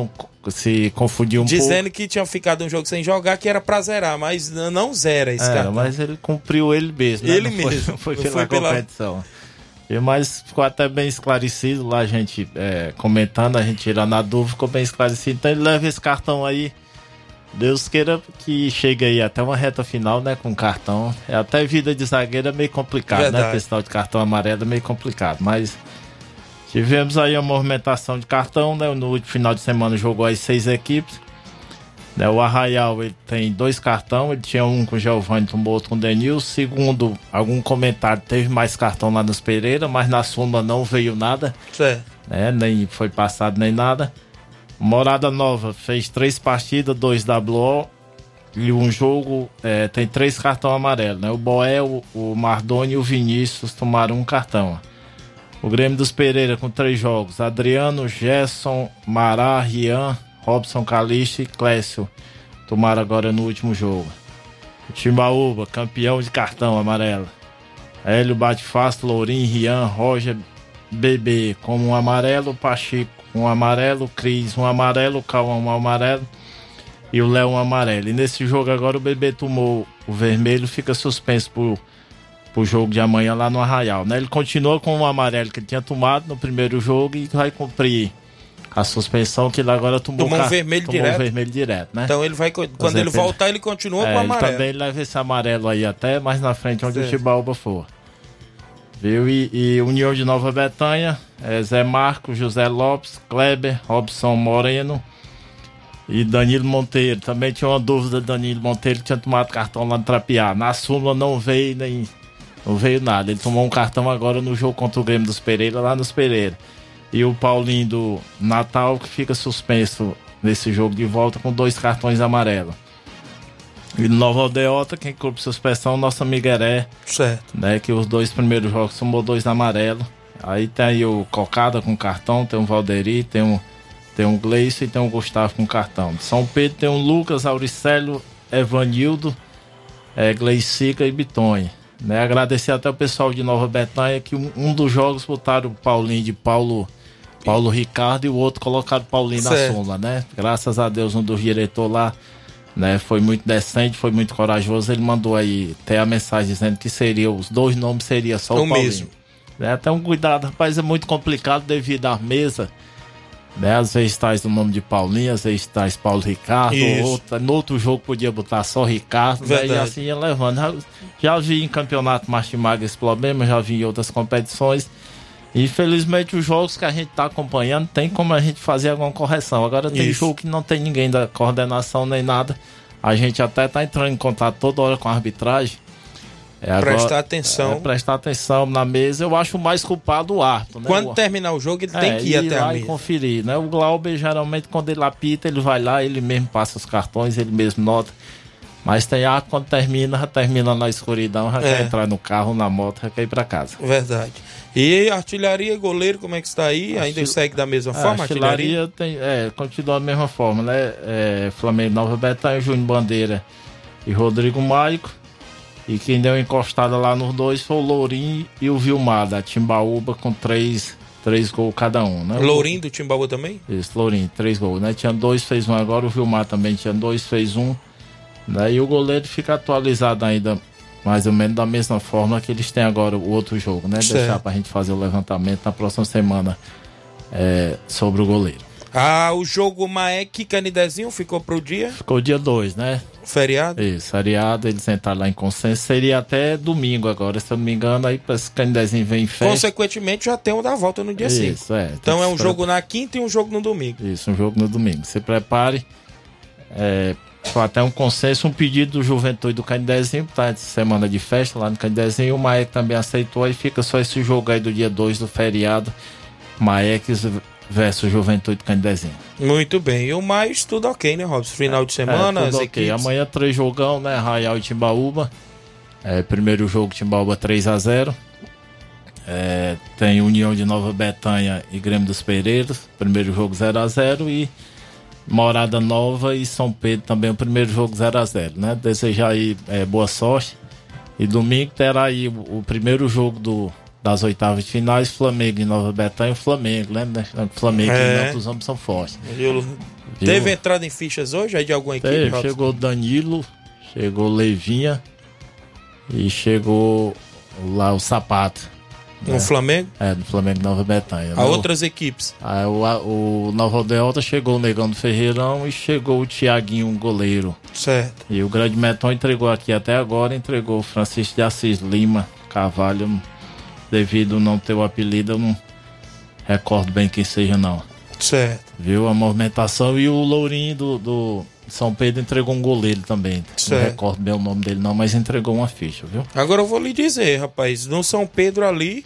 se confundiu um pouco. Dizendo que tinha ficado um jogo sem jogar, que era pra zerar, mas não zera esse cartão. Mas ele cumpriu ele mesmo, né? Ele mesmo. Não foi pela competição. Mas ficou até bem esclarecido lá, a gente comentando, a gente tirando a dúvida, ficou bem esclarecido. Então ele leva esse cartão aí. Deus queira que chegue aí até uma reta final, né, com cartão. Até vida de zagueiro é meio complicado, verdade, né? Questão de cartão amarelo é meio complicado, mas tivemos aí a movimentação de cartão, né? No último final de semana jogou as 6 equipes. Né? O Arraial, ele tem 2 cartões, ele tinha um com o Giovanni, tomou outro com o Denilson. Segundo algum comentário, teve mais cartão lá nos Pereira, mas na súmula não veio nada. Certo. Né? Nem foi passado nem nada. Morada Nova fez 3 partidas, 2 WO e um jogo, tem 3 cartões amarelos, né? O Boel, o Mardoni e o Vinícius tomaram um cartão. O Grêmio dos Pereira com 3 jogos, Adriano, Gerson, Mará, Rian, Robson Calixto e Clécio tomaram agora no último jogo. O Timbaúba, campeão de cartão amarelo. Hélio bate fácil, Lourinho, Rian, Roger, Bebê com um amarelo, Pacheco um amarelo, Cris um amarelo, Cauã um amarelo e o Léo um amarelo. E nesse jogo agora o Bebê tomou o vermelho, fica suspenso pro jogo de amanhã lá no Arraial, né? Ele continua com o amarelo que ele tinha tomado no primeiro jogo e vai cumprir a suspensão que ele agora tomou um vermelho direto. Vermelho direto, né? Então ele vai, quando ele voltar, ele continua com o amarelo. Ele também leva esse amarelo aí até mais na frente, onde o Timbaúba for. Viu? E União de Nova Betânia, Zé Marcos, José Lopes, Kleber, Robson Moreno e Danilo Monteiro. Também tinha uma dúvida, Danilo Monteiro que tinha tomado cartão lá no Trapiá. Na súmula não veio nada. Ele tomou um cartão agora no jogo contra o Grêmio dos Pereira, lá nos Pereira. E o Paulinho do Natal, que fica suspenso nesse jogo de volta com 2 cartões amarelos. E no Nova Aldeota, quem cumpre suspensão, nosso amigo Heré. Certo. Né, que os 2 primeiros jogos tomou 2 amarelos. Aí tem aí o Cocada com cartão, tem o Valderi, tem um Gleice e tem o Gustavo com cartão. De São Pedro tem o Lucas, Auricélio, Evanildo, Gleicica e Bitonho. Né, agradecer até o pessoal de Nova Betânia que um dos jogos botaram o Paulinho de Paulo Ricardo e o outro colocaram o Paulinho na súmula, né? Graças a Deus, um dos diretores lá, né, foi muito decente, foi muito corajoso. Ele mandou aí até a mensagem dizendo que os 2 nomes seria só o Paulinho mesmo. Até um cuidado, rapaz, é muito complicado devido à mesa, né? Às vezes traz o nome de Paulinho, às vezes traz Paulo Ricardo, no outro jogo podia botar só Ricardo, né? E assim ia levando. Já vi em campeonato Martimag esse problema, já vi em outras competições. Infelizmente os jogos que a gente tá acompanhando tem como a gente fazer alguma correção. Agora tem jogo que não tem ninguém da coordenação nem nada. A gente até tá entrando em contato toda hora com a arbitragem. Prestar atenção. Prestar atenção na mesa. Eu acho o mais culpado o árbitro, né? Quando terminar o jogo, ele tem que ir até a mesa. E conferir, né? O Glauber, geralmente, quando ele apita, ele vai lá, ele mesmo passa os cartões, ele mesmo nota. Mas tem árbitro, quando já termina na escuridão, já quer entrar no carro, na moto, já quer ir pra casa. Verdade. E artilharia, goleiro, como é que está aí? Ainda segue da mesma forma? Artilharia continua da mesma forma, né? Flamengo Nova Betânia, Júnior Bandeira e Rodrigo Maico. E quem deu encostada lá nos 2 foi o Lourinho e o Vilmar, da Timbaúba, com 3 gols cada um, né? Lourinho do Timbaúba também? Isso, Lourinho, 3 gols, né? Tinha 2, fez 1 agora, o Vilmar também tinha 2, fez 1. Né? E o goleiro fica atualizado ainda, mais ou menos da mesma forma que eles têm agora o outro jogo, né? Certo. Deixar pra gente fazer o levantamento na próxima semana sobre o goleiro. O jogo Maek Canidezinho ficou pro dia? Ficou dia 2, né? Feriado? Isso, feriado, eles entraram lá em consenso, seria até domingo agora, se eu não me engano, aí para esse Canidezinho vem em festa. Consequentemente já tem o da volta no dia 5. Isso, então é um jogo na quinta e um jogo no domingo. Isso, um jogo no domingo. Se prepare, foi até um consenso, um pedido do Juventude do Canidezinho, tá? Semana de festa lá no Canidezinho, o Maek também aceitou, aí fica só esse jogo aí do dia 2 do feriado, Maek versus Juventude do Canidezinho. Muito bem, e o mais tudo ok, né, Robson? Final de semana, tudo ok. Amanhã 3 jogão, né, Arraial e Timbaúba. Primeiro jogo Timbaúba 3-0. Tem União de Nova Betânia e Grêmio dos Pereiros, primeiro jogo 0-0, e Morada Nova e São Pedro também o primeiro jogo 0-0, né? Desejar aí boa sorte. E domingo terá aí o primeiro jogo das oitavas de finais, Flamengo e Nova Betânia. Flamengo, lembra? Flamengo e outros homens são fortes. Teve entrada em fichas hoje aí de alguma equipe? Chegou Danilo, chegou Levinha e chegou lá o Sapato. No Flamengo? No Flamengo Nova Betânia. Outras equipes? O Nova Aldeota chegou o Negão do Ferreirão e chegou o Tiaguinho, um goleiro. Certo. E o Grande Meton entregou aqui até agora, entregou o Francisco de Assis Lima Carvalho, devido não ter o apelido, eu não recordo bem quem seja não. Certo. Viu a movimentação, e o Lourinho do São Pedro entregou um goleiro também. Certo. Não recordo bem o nome dele não, mas entregou uma ficha, viu? Agora eu vou lhe dizer, rapaz, no São Pedro ali,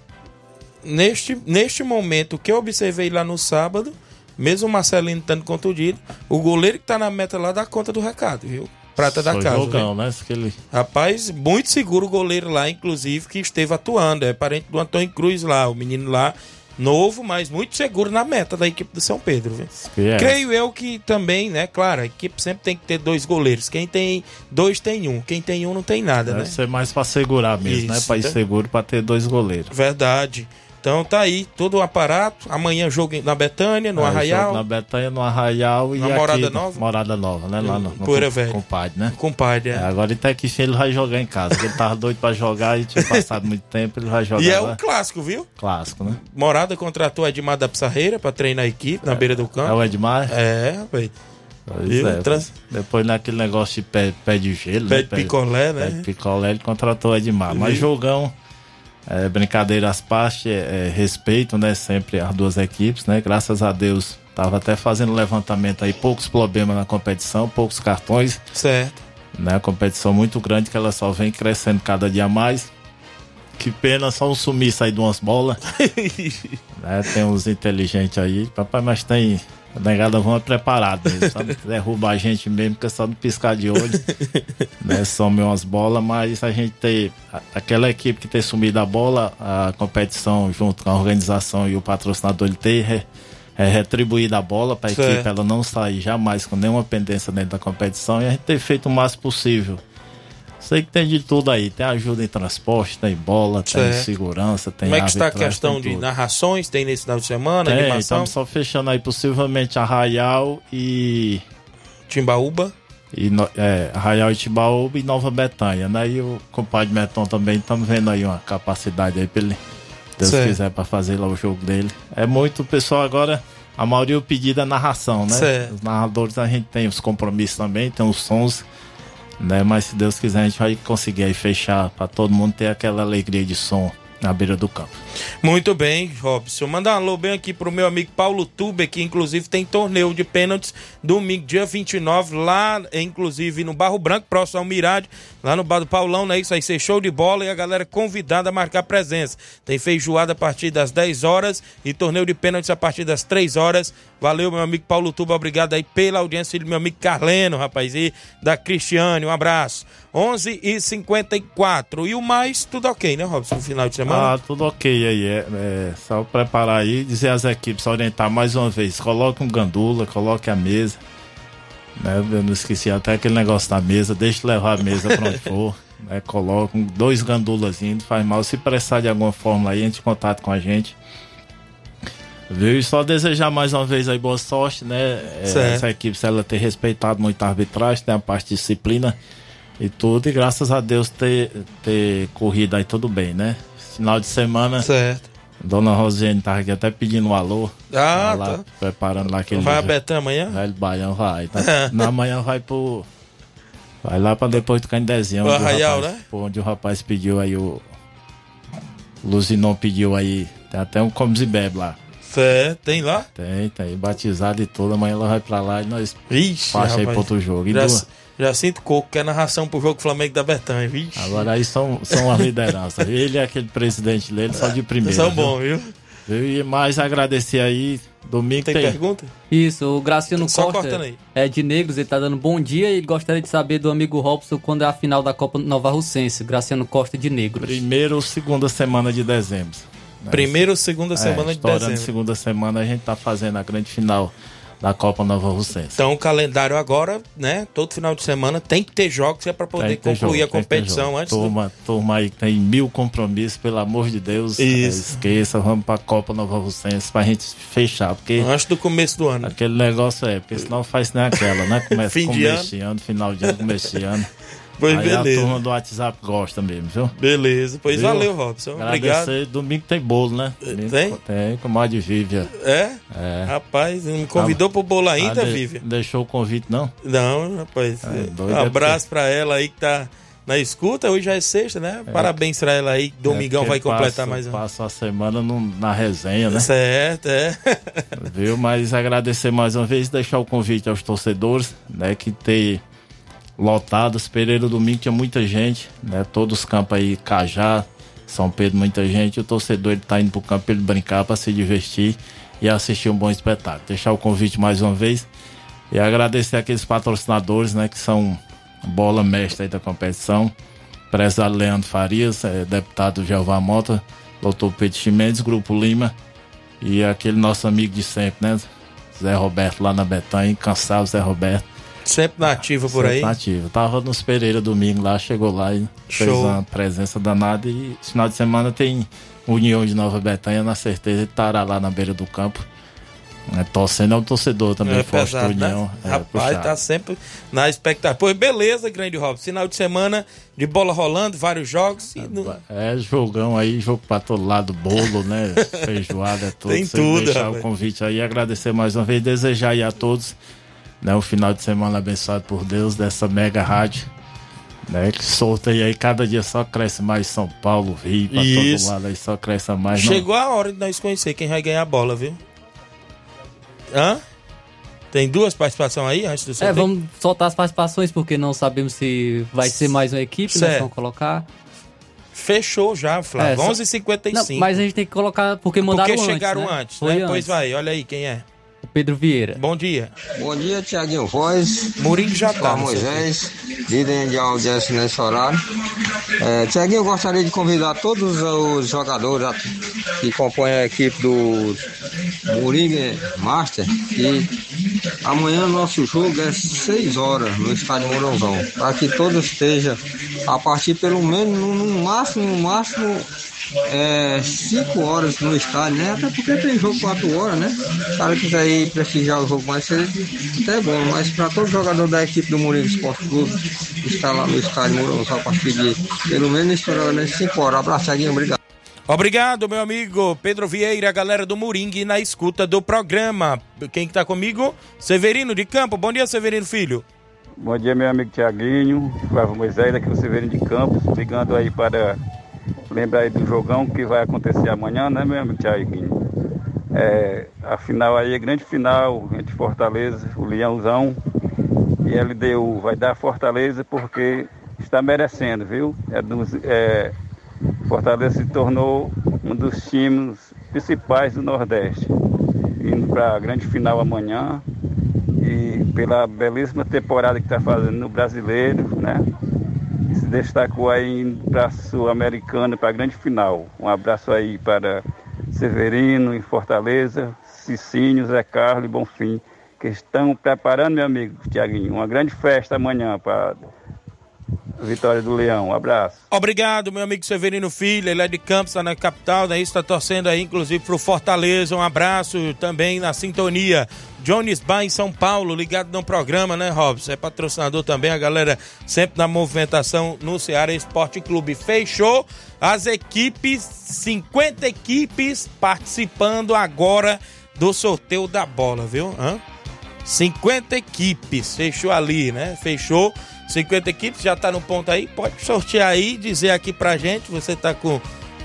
neste momento que eu observei lá no sábado, mesmo o Marcelino estando contundido, o goleiro que tá na meta lá dá conta do recado, viu? Prata da casa. Jogão, né? Rapaz, muito seguro o goleiro lá, inclusive, que esteve atuando. É parente do Antônio Cruz lá, o menino lá, novo, mas muito seguro na meta da equipe do São Pedro, viu? Creio eu que também, né? Claro, a equipe sempre tem que ter 2 goleiros. Quem tem 2 tem 1. Quem tem 1 não tem nada, Deve né? ser mais pra segurar mesmo, né? Pra ir seguro, pra ter 2 goleiros. Verdade. Então tá aí, todo o aparato. Amanhã jogo na Betânia, no Arraial. Jogo na Betânia, no Arraial e na aqui, Morada Nova? Morada Nova, né? Lá no Poeira Velha. Compadre, né? Compadre, agora até que ele vai jogar em casa. Ele tava doido pra jogar e tinha passado muito tempo, ele vai jogar. E é lá. um clássico, viu? Clássico, né? Morada contratou Edmar da Pissarreira pra treinar a equipe na beira do campo. É o Edmar? Rapaz. Depois naquele negócio de pé de gelo, pé de picolé, né? Pé de picolé, ele contratou o Edmar. Mas jogão, brincadeira às partes, respeito, né? Sempre as duas equipes, né? Graças a Deus, tava até fazendo levantamento aí, poucos problemas na competição, poucos cartões. Certo. Né? A competição muito grande, que ela só vem crescendo cada dia mais. Que pena só um sumiço aí de umas bolas. Né? Tem uns inteligentes aí, papai, mas tem... A negada vão preparada, só derruba a gente mesmo, que é só no piscar de olho, né? Some umas bolas, mas a gente tem aquela equipe que tem sumido a bola, a competição junto com a organização e o patrocinador, ele tem retribuído a bola para a equipe, ela não sair jamais com nenhuma pendência dentro da competição, e a gente tem feito o máximo possível. Sei que tem de tudo aí, tem ajuda em transporte, tem bola, tem segurança, tem... Como é que está a questão de narrações? Tem nesse final de semana, animação? Estamos só fechando aí possivelmente Arraial e... Timbaúba? Arraial e Timbaúba e Nova Betânia, né? E o compadre Meton também, estamos vendo aí uma capacidade aí pra ele, Deus quiser, para fazer lá o jogo dele. É muito, pessoal, agora... A maioria o pedido é narração, né? Os narradores a gente tem os compromissos também, tem os sons... Né? Mas se Deus quiser a gente vai conseguir aí fechar para todo mundo ter aquela alegria de som na beira do campo. Muito bem, Robson. Mandar um alô bem aqui pro meu amigo Paulo Tuber, que inclusive tem torneio de pênaltis domingo, dia 29, lá inclusive no Barro Branco, próximo ao Mirade, lá no Bar do Paulão, né? Isso aí, ser show de bola, e a galera convidada a marcar presença. Tem feijoada a partir das 10 horas e torneio de pênaltis a partir das 3 horas. Valeu, meu amigo Paulo Tuber, obrigado aí pela audiência do meu amigo Carleno, rapaz, e da Cristiane, um abraço. 11h54. E o mais, tudo ok, né, Robson, no final de semana? Tudo ok aí, só preparar aí, dizer às equipes, orientar mais uma vez, coloque um gandula, coloque a mesa, né? Eu não esqueci até aquele negócio da mesa, deixe levar a mesa pra onde for, né? Coloque 2 gandulazinhos, não faz mal, se precisar de alguma forma aí, entre em contato com a gente. Viu? E só desejar mais uma vez aí boa sorte, né? Essa equipe, se ela ter respeitado muito a arbitragem, tem a parte de disciplina e tudo, e graças a Deus ter corrido aí tudo bem, né? Final de semana, Dona Rosiane tava aqui até pedindo um alô. Lá, preparando lá aquele... Vai a Betânia amanhã? Velho Baião vai. Tá? Na manhã vai lá pra depois do Candezinho. O Arraial, né? Onde o rapaz pediu aí, o Luzinon pediu aí, tem até um comes e bebe lá. Tem lá? Tem, batizado e tudo. Amanhã ela vai pra lá e nós passa aí pro outro jogo. Já sinto coco, que é narração pro jogo Flamengo da Betânia, vixe. Agora aí são as lideranças. Ele é aquele presidente dele, só de primeira. São bons, viu? E mais agradecer aí. Domingo tem pergunta? Isso, o Graciano Costa aí. É de Negros, ele tá dando bom dia e ele gostaria de saber do amigo Robson quando é a final da Copa Nova Russense. Graciano Costa de Negros. Primeira ou segunda semana de dezembro. Primeira ou segunda semana de dezembro. Segunda semana a gente tá fazendo a grande final da Copa Nova Russense. Então o calendário agora, né? Todo final de semana tem que ter jogos para poder concluir a competição antes. Turma aí que tem 1000 compromissos, pelo amor de Deus, esqueça, vamos pra Copa Nova Russense pra gente fechar. Porque antes do começo do ano. Aquele negócio porque senão faz nem aquela, né? Começa começo de ano, final de ano, começo de ano. Pois aí beleza. A turma do WhatsApp gosta mesmo, viu? Beleza, pois viu? Valeu, Robson. Obrigado. Domingo tem bolo, né? Tem, com a de Vívia. É? Rapaz, não me convidou pro bolo ainda, Vívia? Não deixou o convite, não? Não, rapaz. Um abraço pra ela aí que tá na escuta. Hoje já é sexta, né? Parabéns pra ela aí. Domingão vai completar mais um. Passa a semana na resenha, né? Certo, Viu? Mas agradecer mais uma vez, deixar o convite aos torcedores, né? Que tem lotados. Pereira domingo tinha muita gente, né? Todos os campos aí, Cajá, São Pedro, muita gente. O torcedor ele tá indo pro campo pra ele brincar, pra se divertir e assistir um bom espetáculo. Deixar o convite mais uma vez e agradecer aqueles patrocinadores, né? Que são bola mestra aí da competição. Empresário Leandro Farias, deputado Jeová Mota, doutor Pedro Chimenez, Grupo Lima e aquele nosso amigo de sempre, né? Zé Roberto lá na Betanha, incansável Zé Roberto. Sempre nativa por aí. Nativa. Tava nos Pereira domingo lá, chegou lá e fez uma presença danada. E final de semana tem União de Nova Betanha, na certeza ele estará lá na beira do campo. Torcendo é um torcedor também, forte da União. Né? Rapaz, tá sempre na expectativa. Pois beleza, grande Robson. Final de semana de bola rolando, vários jogos. Jogão aí, jogo pra todo lado, bolo, né? Feijoada, tudo. Tem tudo, deixar o convite aí, agradecer mais uma vez, desejar aí a todos, né, um final de semana abençoado por Deus dessa mega rádio, né, que sorteia aí, cada dia só cresce mais São Paulo, Rio, pra todo lado aí só cresce mais. Chegou a hora de nós conhecer quem vai ganhar a bola, viu? Tem 2 participações aí antes do sorteio? Vamos soltar as participações porque não sabemos se vai ser mais uma equipe, né? Vamos colocar. Fechou já, Flávio. 11h55. Mas a gente tem que colocar porque mandaram antes. Porque chegaram antes, né? Pois vai, olha aí quem é. Pedro Vieira. Bom dia. Bom dia, Tiaguinho Voz. Murinho já tá. Moisés, líder de audiência nesse horário. Tiaguinho, eu gostaria de convidar todos os jogadores que compõem a equipe do Moringa Master. E amanhã nosso jogo é 6 horas no estádio Mourãozão. Para que todos estejam a partir pelo menos, no máximo 5 horas no estádio, né? Até porque tem jogo 4 horas, né? Se o cara quiser ir prestigiar o jogo mais cedo, até é bom. Mas para todo jogador da equipe do Moringa Esporte Clube estar lá no estádio Mourãozão a partir de pelo menos 5 horas. Abraço, Thiaguinho, obrigado. Obrigado, meu amigo Pedro Vieira, a galera do Moringue na escuta do programa. Quem que tá comigo? Severino de Campo. Bom dia, Severino Filho. Bom dia, meu amigo Tiaguinho, Flávio Moisés, daqui do Severino de Campos, ligando aí para lembrar aí do jogão que vai acontecer amanhã, né, meu amigo Tiaguinho? A final aí, a grande final entre Fortaleza, o Leãozão e LDU. Vai dar Fortaleza porque está merecendo, viu? Fortaleza se tornou um dos times principais do Nordeste, indo para a grande final amanhã e pela belíssima temporada que está fazendo no Brasileiro, né? E se destacou aí indo para a Sul-Americana, para a grande final. Um abraço aí para Severino em Fortaleza, Cicinho, Zé Carlos e Bonfim, que estão preparando, meu amigo Tiaguinho, uma grande festa amanhã para Vitória do Leão. Um abraço. Obrigado, meu amigo Severino Filho, ele é de Campos, está na capital, daí está torcendo aí, inclusive, pro Fortaleza. Um abraço também na sintonia. Jones Bar em São Paulo, ligado no programa, né, Robson? É patrocinador também, a galera sempre na movimentação no Ceará Esporte Clube. Fechou as equipes, 50 equipes participando agora do sorteio da bola, viu? 50 equipes, fechou ali, né? Fechou 50 equipes, já tá no ponto aí, pode sortear aí, dizer aqui pra gente, você tá com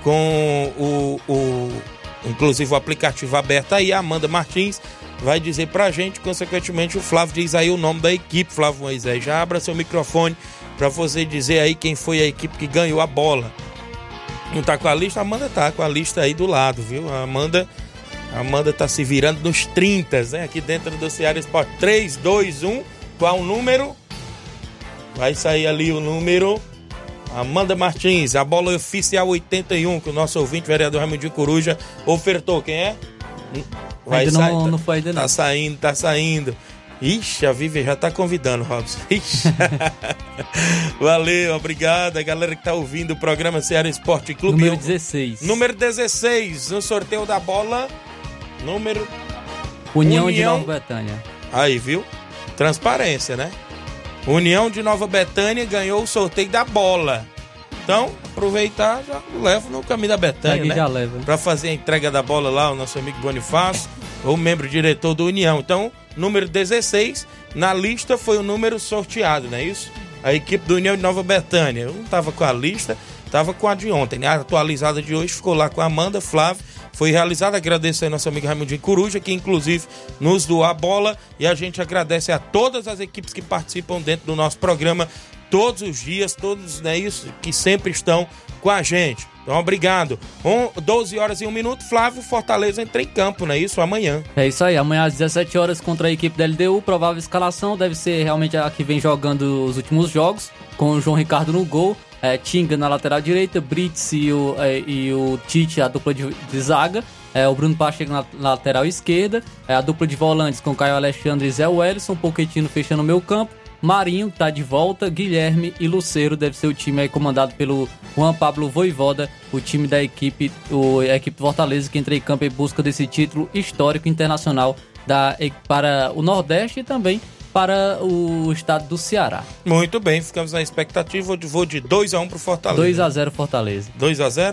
inclusive o aplicativo aberto aí, a Amanda Martins vai dizer pra gente, consequentemente o Flávio diz aí o nome da equipe. Flávio Moisés, já abra seu microfone pra você dizer aí quem foi a equipe que ganhou a bola. Não tá com a lista? A Amanda tá com a lista aí do lado, viu? A Amanda tá se virando nos 30, né? Aqui dentro do Ceará Esporte. 3, 2, 1, qual o número? Vai sair ali o número. Amanda Martins, a bola oficial 81, que o nosso ouvinte, vereador Raimundinho Coruja, ofertou. Quem é? Não foi ainda não. Tá saindo. Ixi, a Vivi já tá convidando, Robson. Ixi. Valeu, obrigado. A galera que tá ouvindo o programa Ceará Esporte Clube. Número 16. Número 16, no sorteio da bola. Número... União de Nova Betânia. Aí, viu? Transparência, né? União de Nova Betânia ganhou o sorteio da bola. Então, aproveitar, já leva no caminho da Betânia, né? Já leva. Pra fazer a entrega da bola lá, o nosso amigo Bonifácio, ou membro diretor do União. Então, número 16, na lista foi o número sorteado, não é isso? A equipe do União de Nova Betânia. Eu não tava com a lista, tava com a de ontem, né? A atualizada de hoje ficou lá com a Amanda, Flávio. Foi realizada, agradeço aí nosso amigo Raimundinho Coruja, que inclusive nos doou a bola, e a gente agradece a todas as equipes que participam dentro do nosso programa, todos os dias, todos, né, isso, que sempre estão com a gente. Então, obrigado. 12 horas e 1 minuto, Flávio, Fortaleza entra em campo, não é isso? Amanhã. É isso aí, amanhã às 17 horas contra a equipe da LDU, provável escalação, deve ser realmente a que vem jogando os últimos jogos, com o João Ricardo no gol, Tinga na lateral direita, Brits e o Tite, a dupla de zaga, o Bruno Pacheco na lateral esquerda, a dupla de volantes com Caio Alexandre e Zé Wellison, Pochettino fechando o meio campo, Marinho tá de volta, Guilherme e Lucero deve ser o time aí comandado pelo Juan Pablo Voivoda, o time da equipe, a equipe do Fortaleza que entra em campo em busca desse título histórico internacional para o Nordeste e também para o estado do Ceará. Muito bem, ficamos na expectativa. Vou de 2-1 pro Fortaleza. 2-0 Fortaleza. 2-0?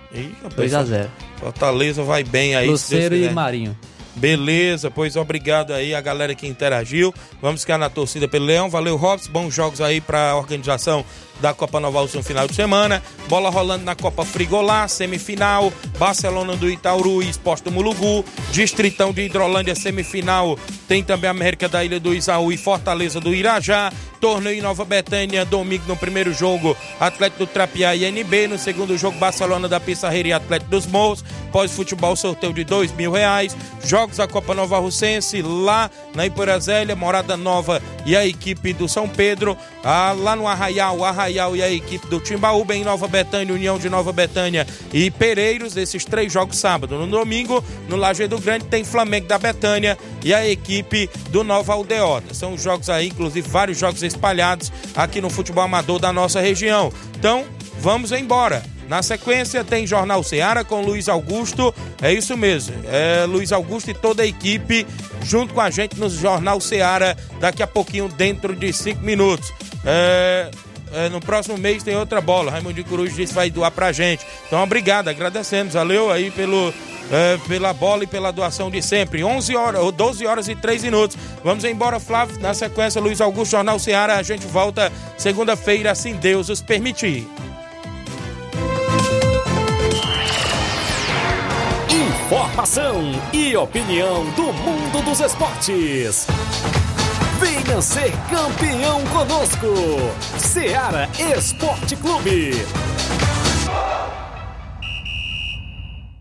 2-0. Fortaleza vai bem aí. Lucero e Marinho. Beleza, pois obrigado aí a galera que interagiu. Vamos ficar na torcida pelo Leão. Valeu, Robson. Bons jogos aí para a organização da Copa Nova Alça no final de semana. Bola rolando na Copa Frigolá, semifinal. Barcelona do Itaúru e Sport do Mulugu. Distritão de Hidrolândia, semifinal. Tem também a América da Ilha do Isaú e Fortaleza do Irajá. Torneio em Nova Betânia, domingo no primeiro jogo, Atlético do Trapiá e NB. No segundo jogo, Barcelona da Pissarreira e Atlético dos Morros. Pós-futebol, sorteio de R$2.000. Jogos da Copa Nova Russense, lá na Iporazélia, Morada Nova e a equipe do São Pedro. Lá no Arraial e a equipe do Timbaúba. Em Nova Betânia, União de Nova Betânia e Pereiros. Esses 3 jogos sábado. No domingo, no Lajeado Grande, tem Flamengo da Betânia e a equipe do Nova Aldeota. São jogos aí, inclusive vários jogos espalhados aqui no futebol amador da nossa região. Então, vamos embora. Na sequência tem Jornal Ceará com Luiz Augusto, é isso mesmo, Luiz Augusto e toda a equipe junto com a gente no Jornal Ceará, daqui a pouquinho, dentro de 5 minutos. No próximo mês tem outra bola, Raimundinho Coruja disse que vai doar pra gente, então obrigado, agradecemos, valeu aí pela bola e pela doação de sempre. 12 horas e 3 minutos. Vamos embora, Flávio. Na sequência, Luiz Augusto, Jornal Ceará. A gente volta segunda-feira, assim Deus os permitir. Informação e opinião do mundo dos esportes. Venha ser campeão conosco. Ceará Esporte Clube.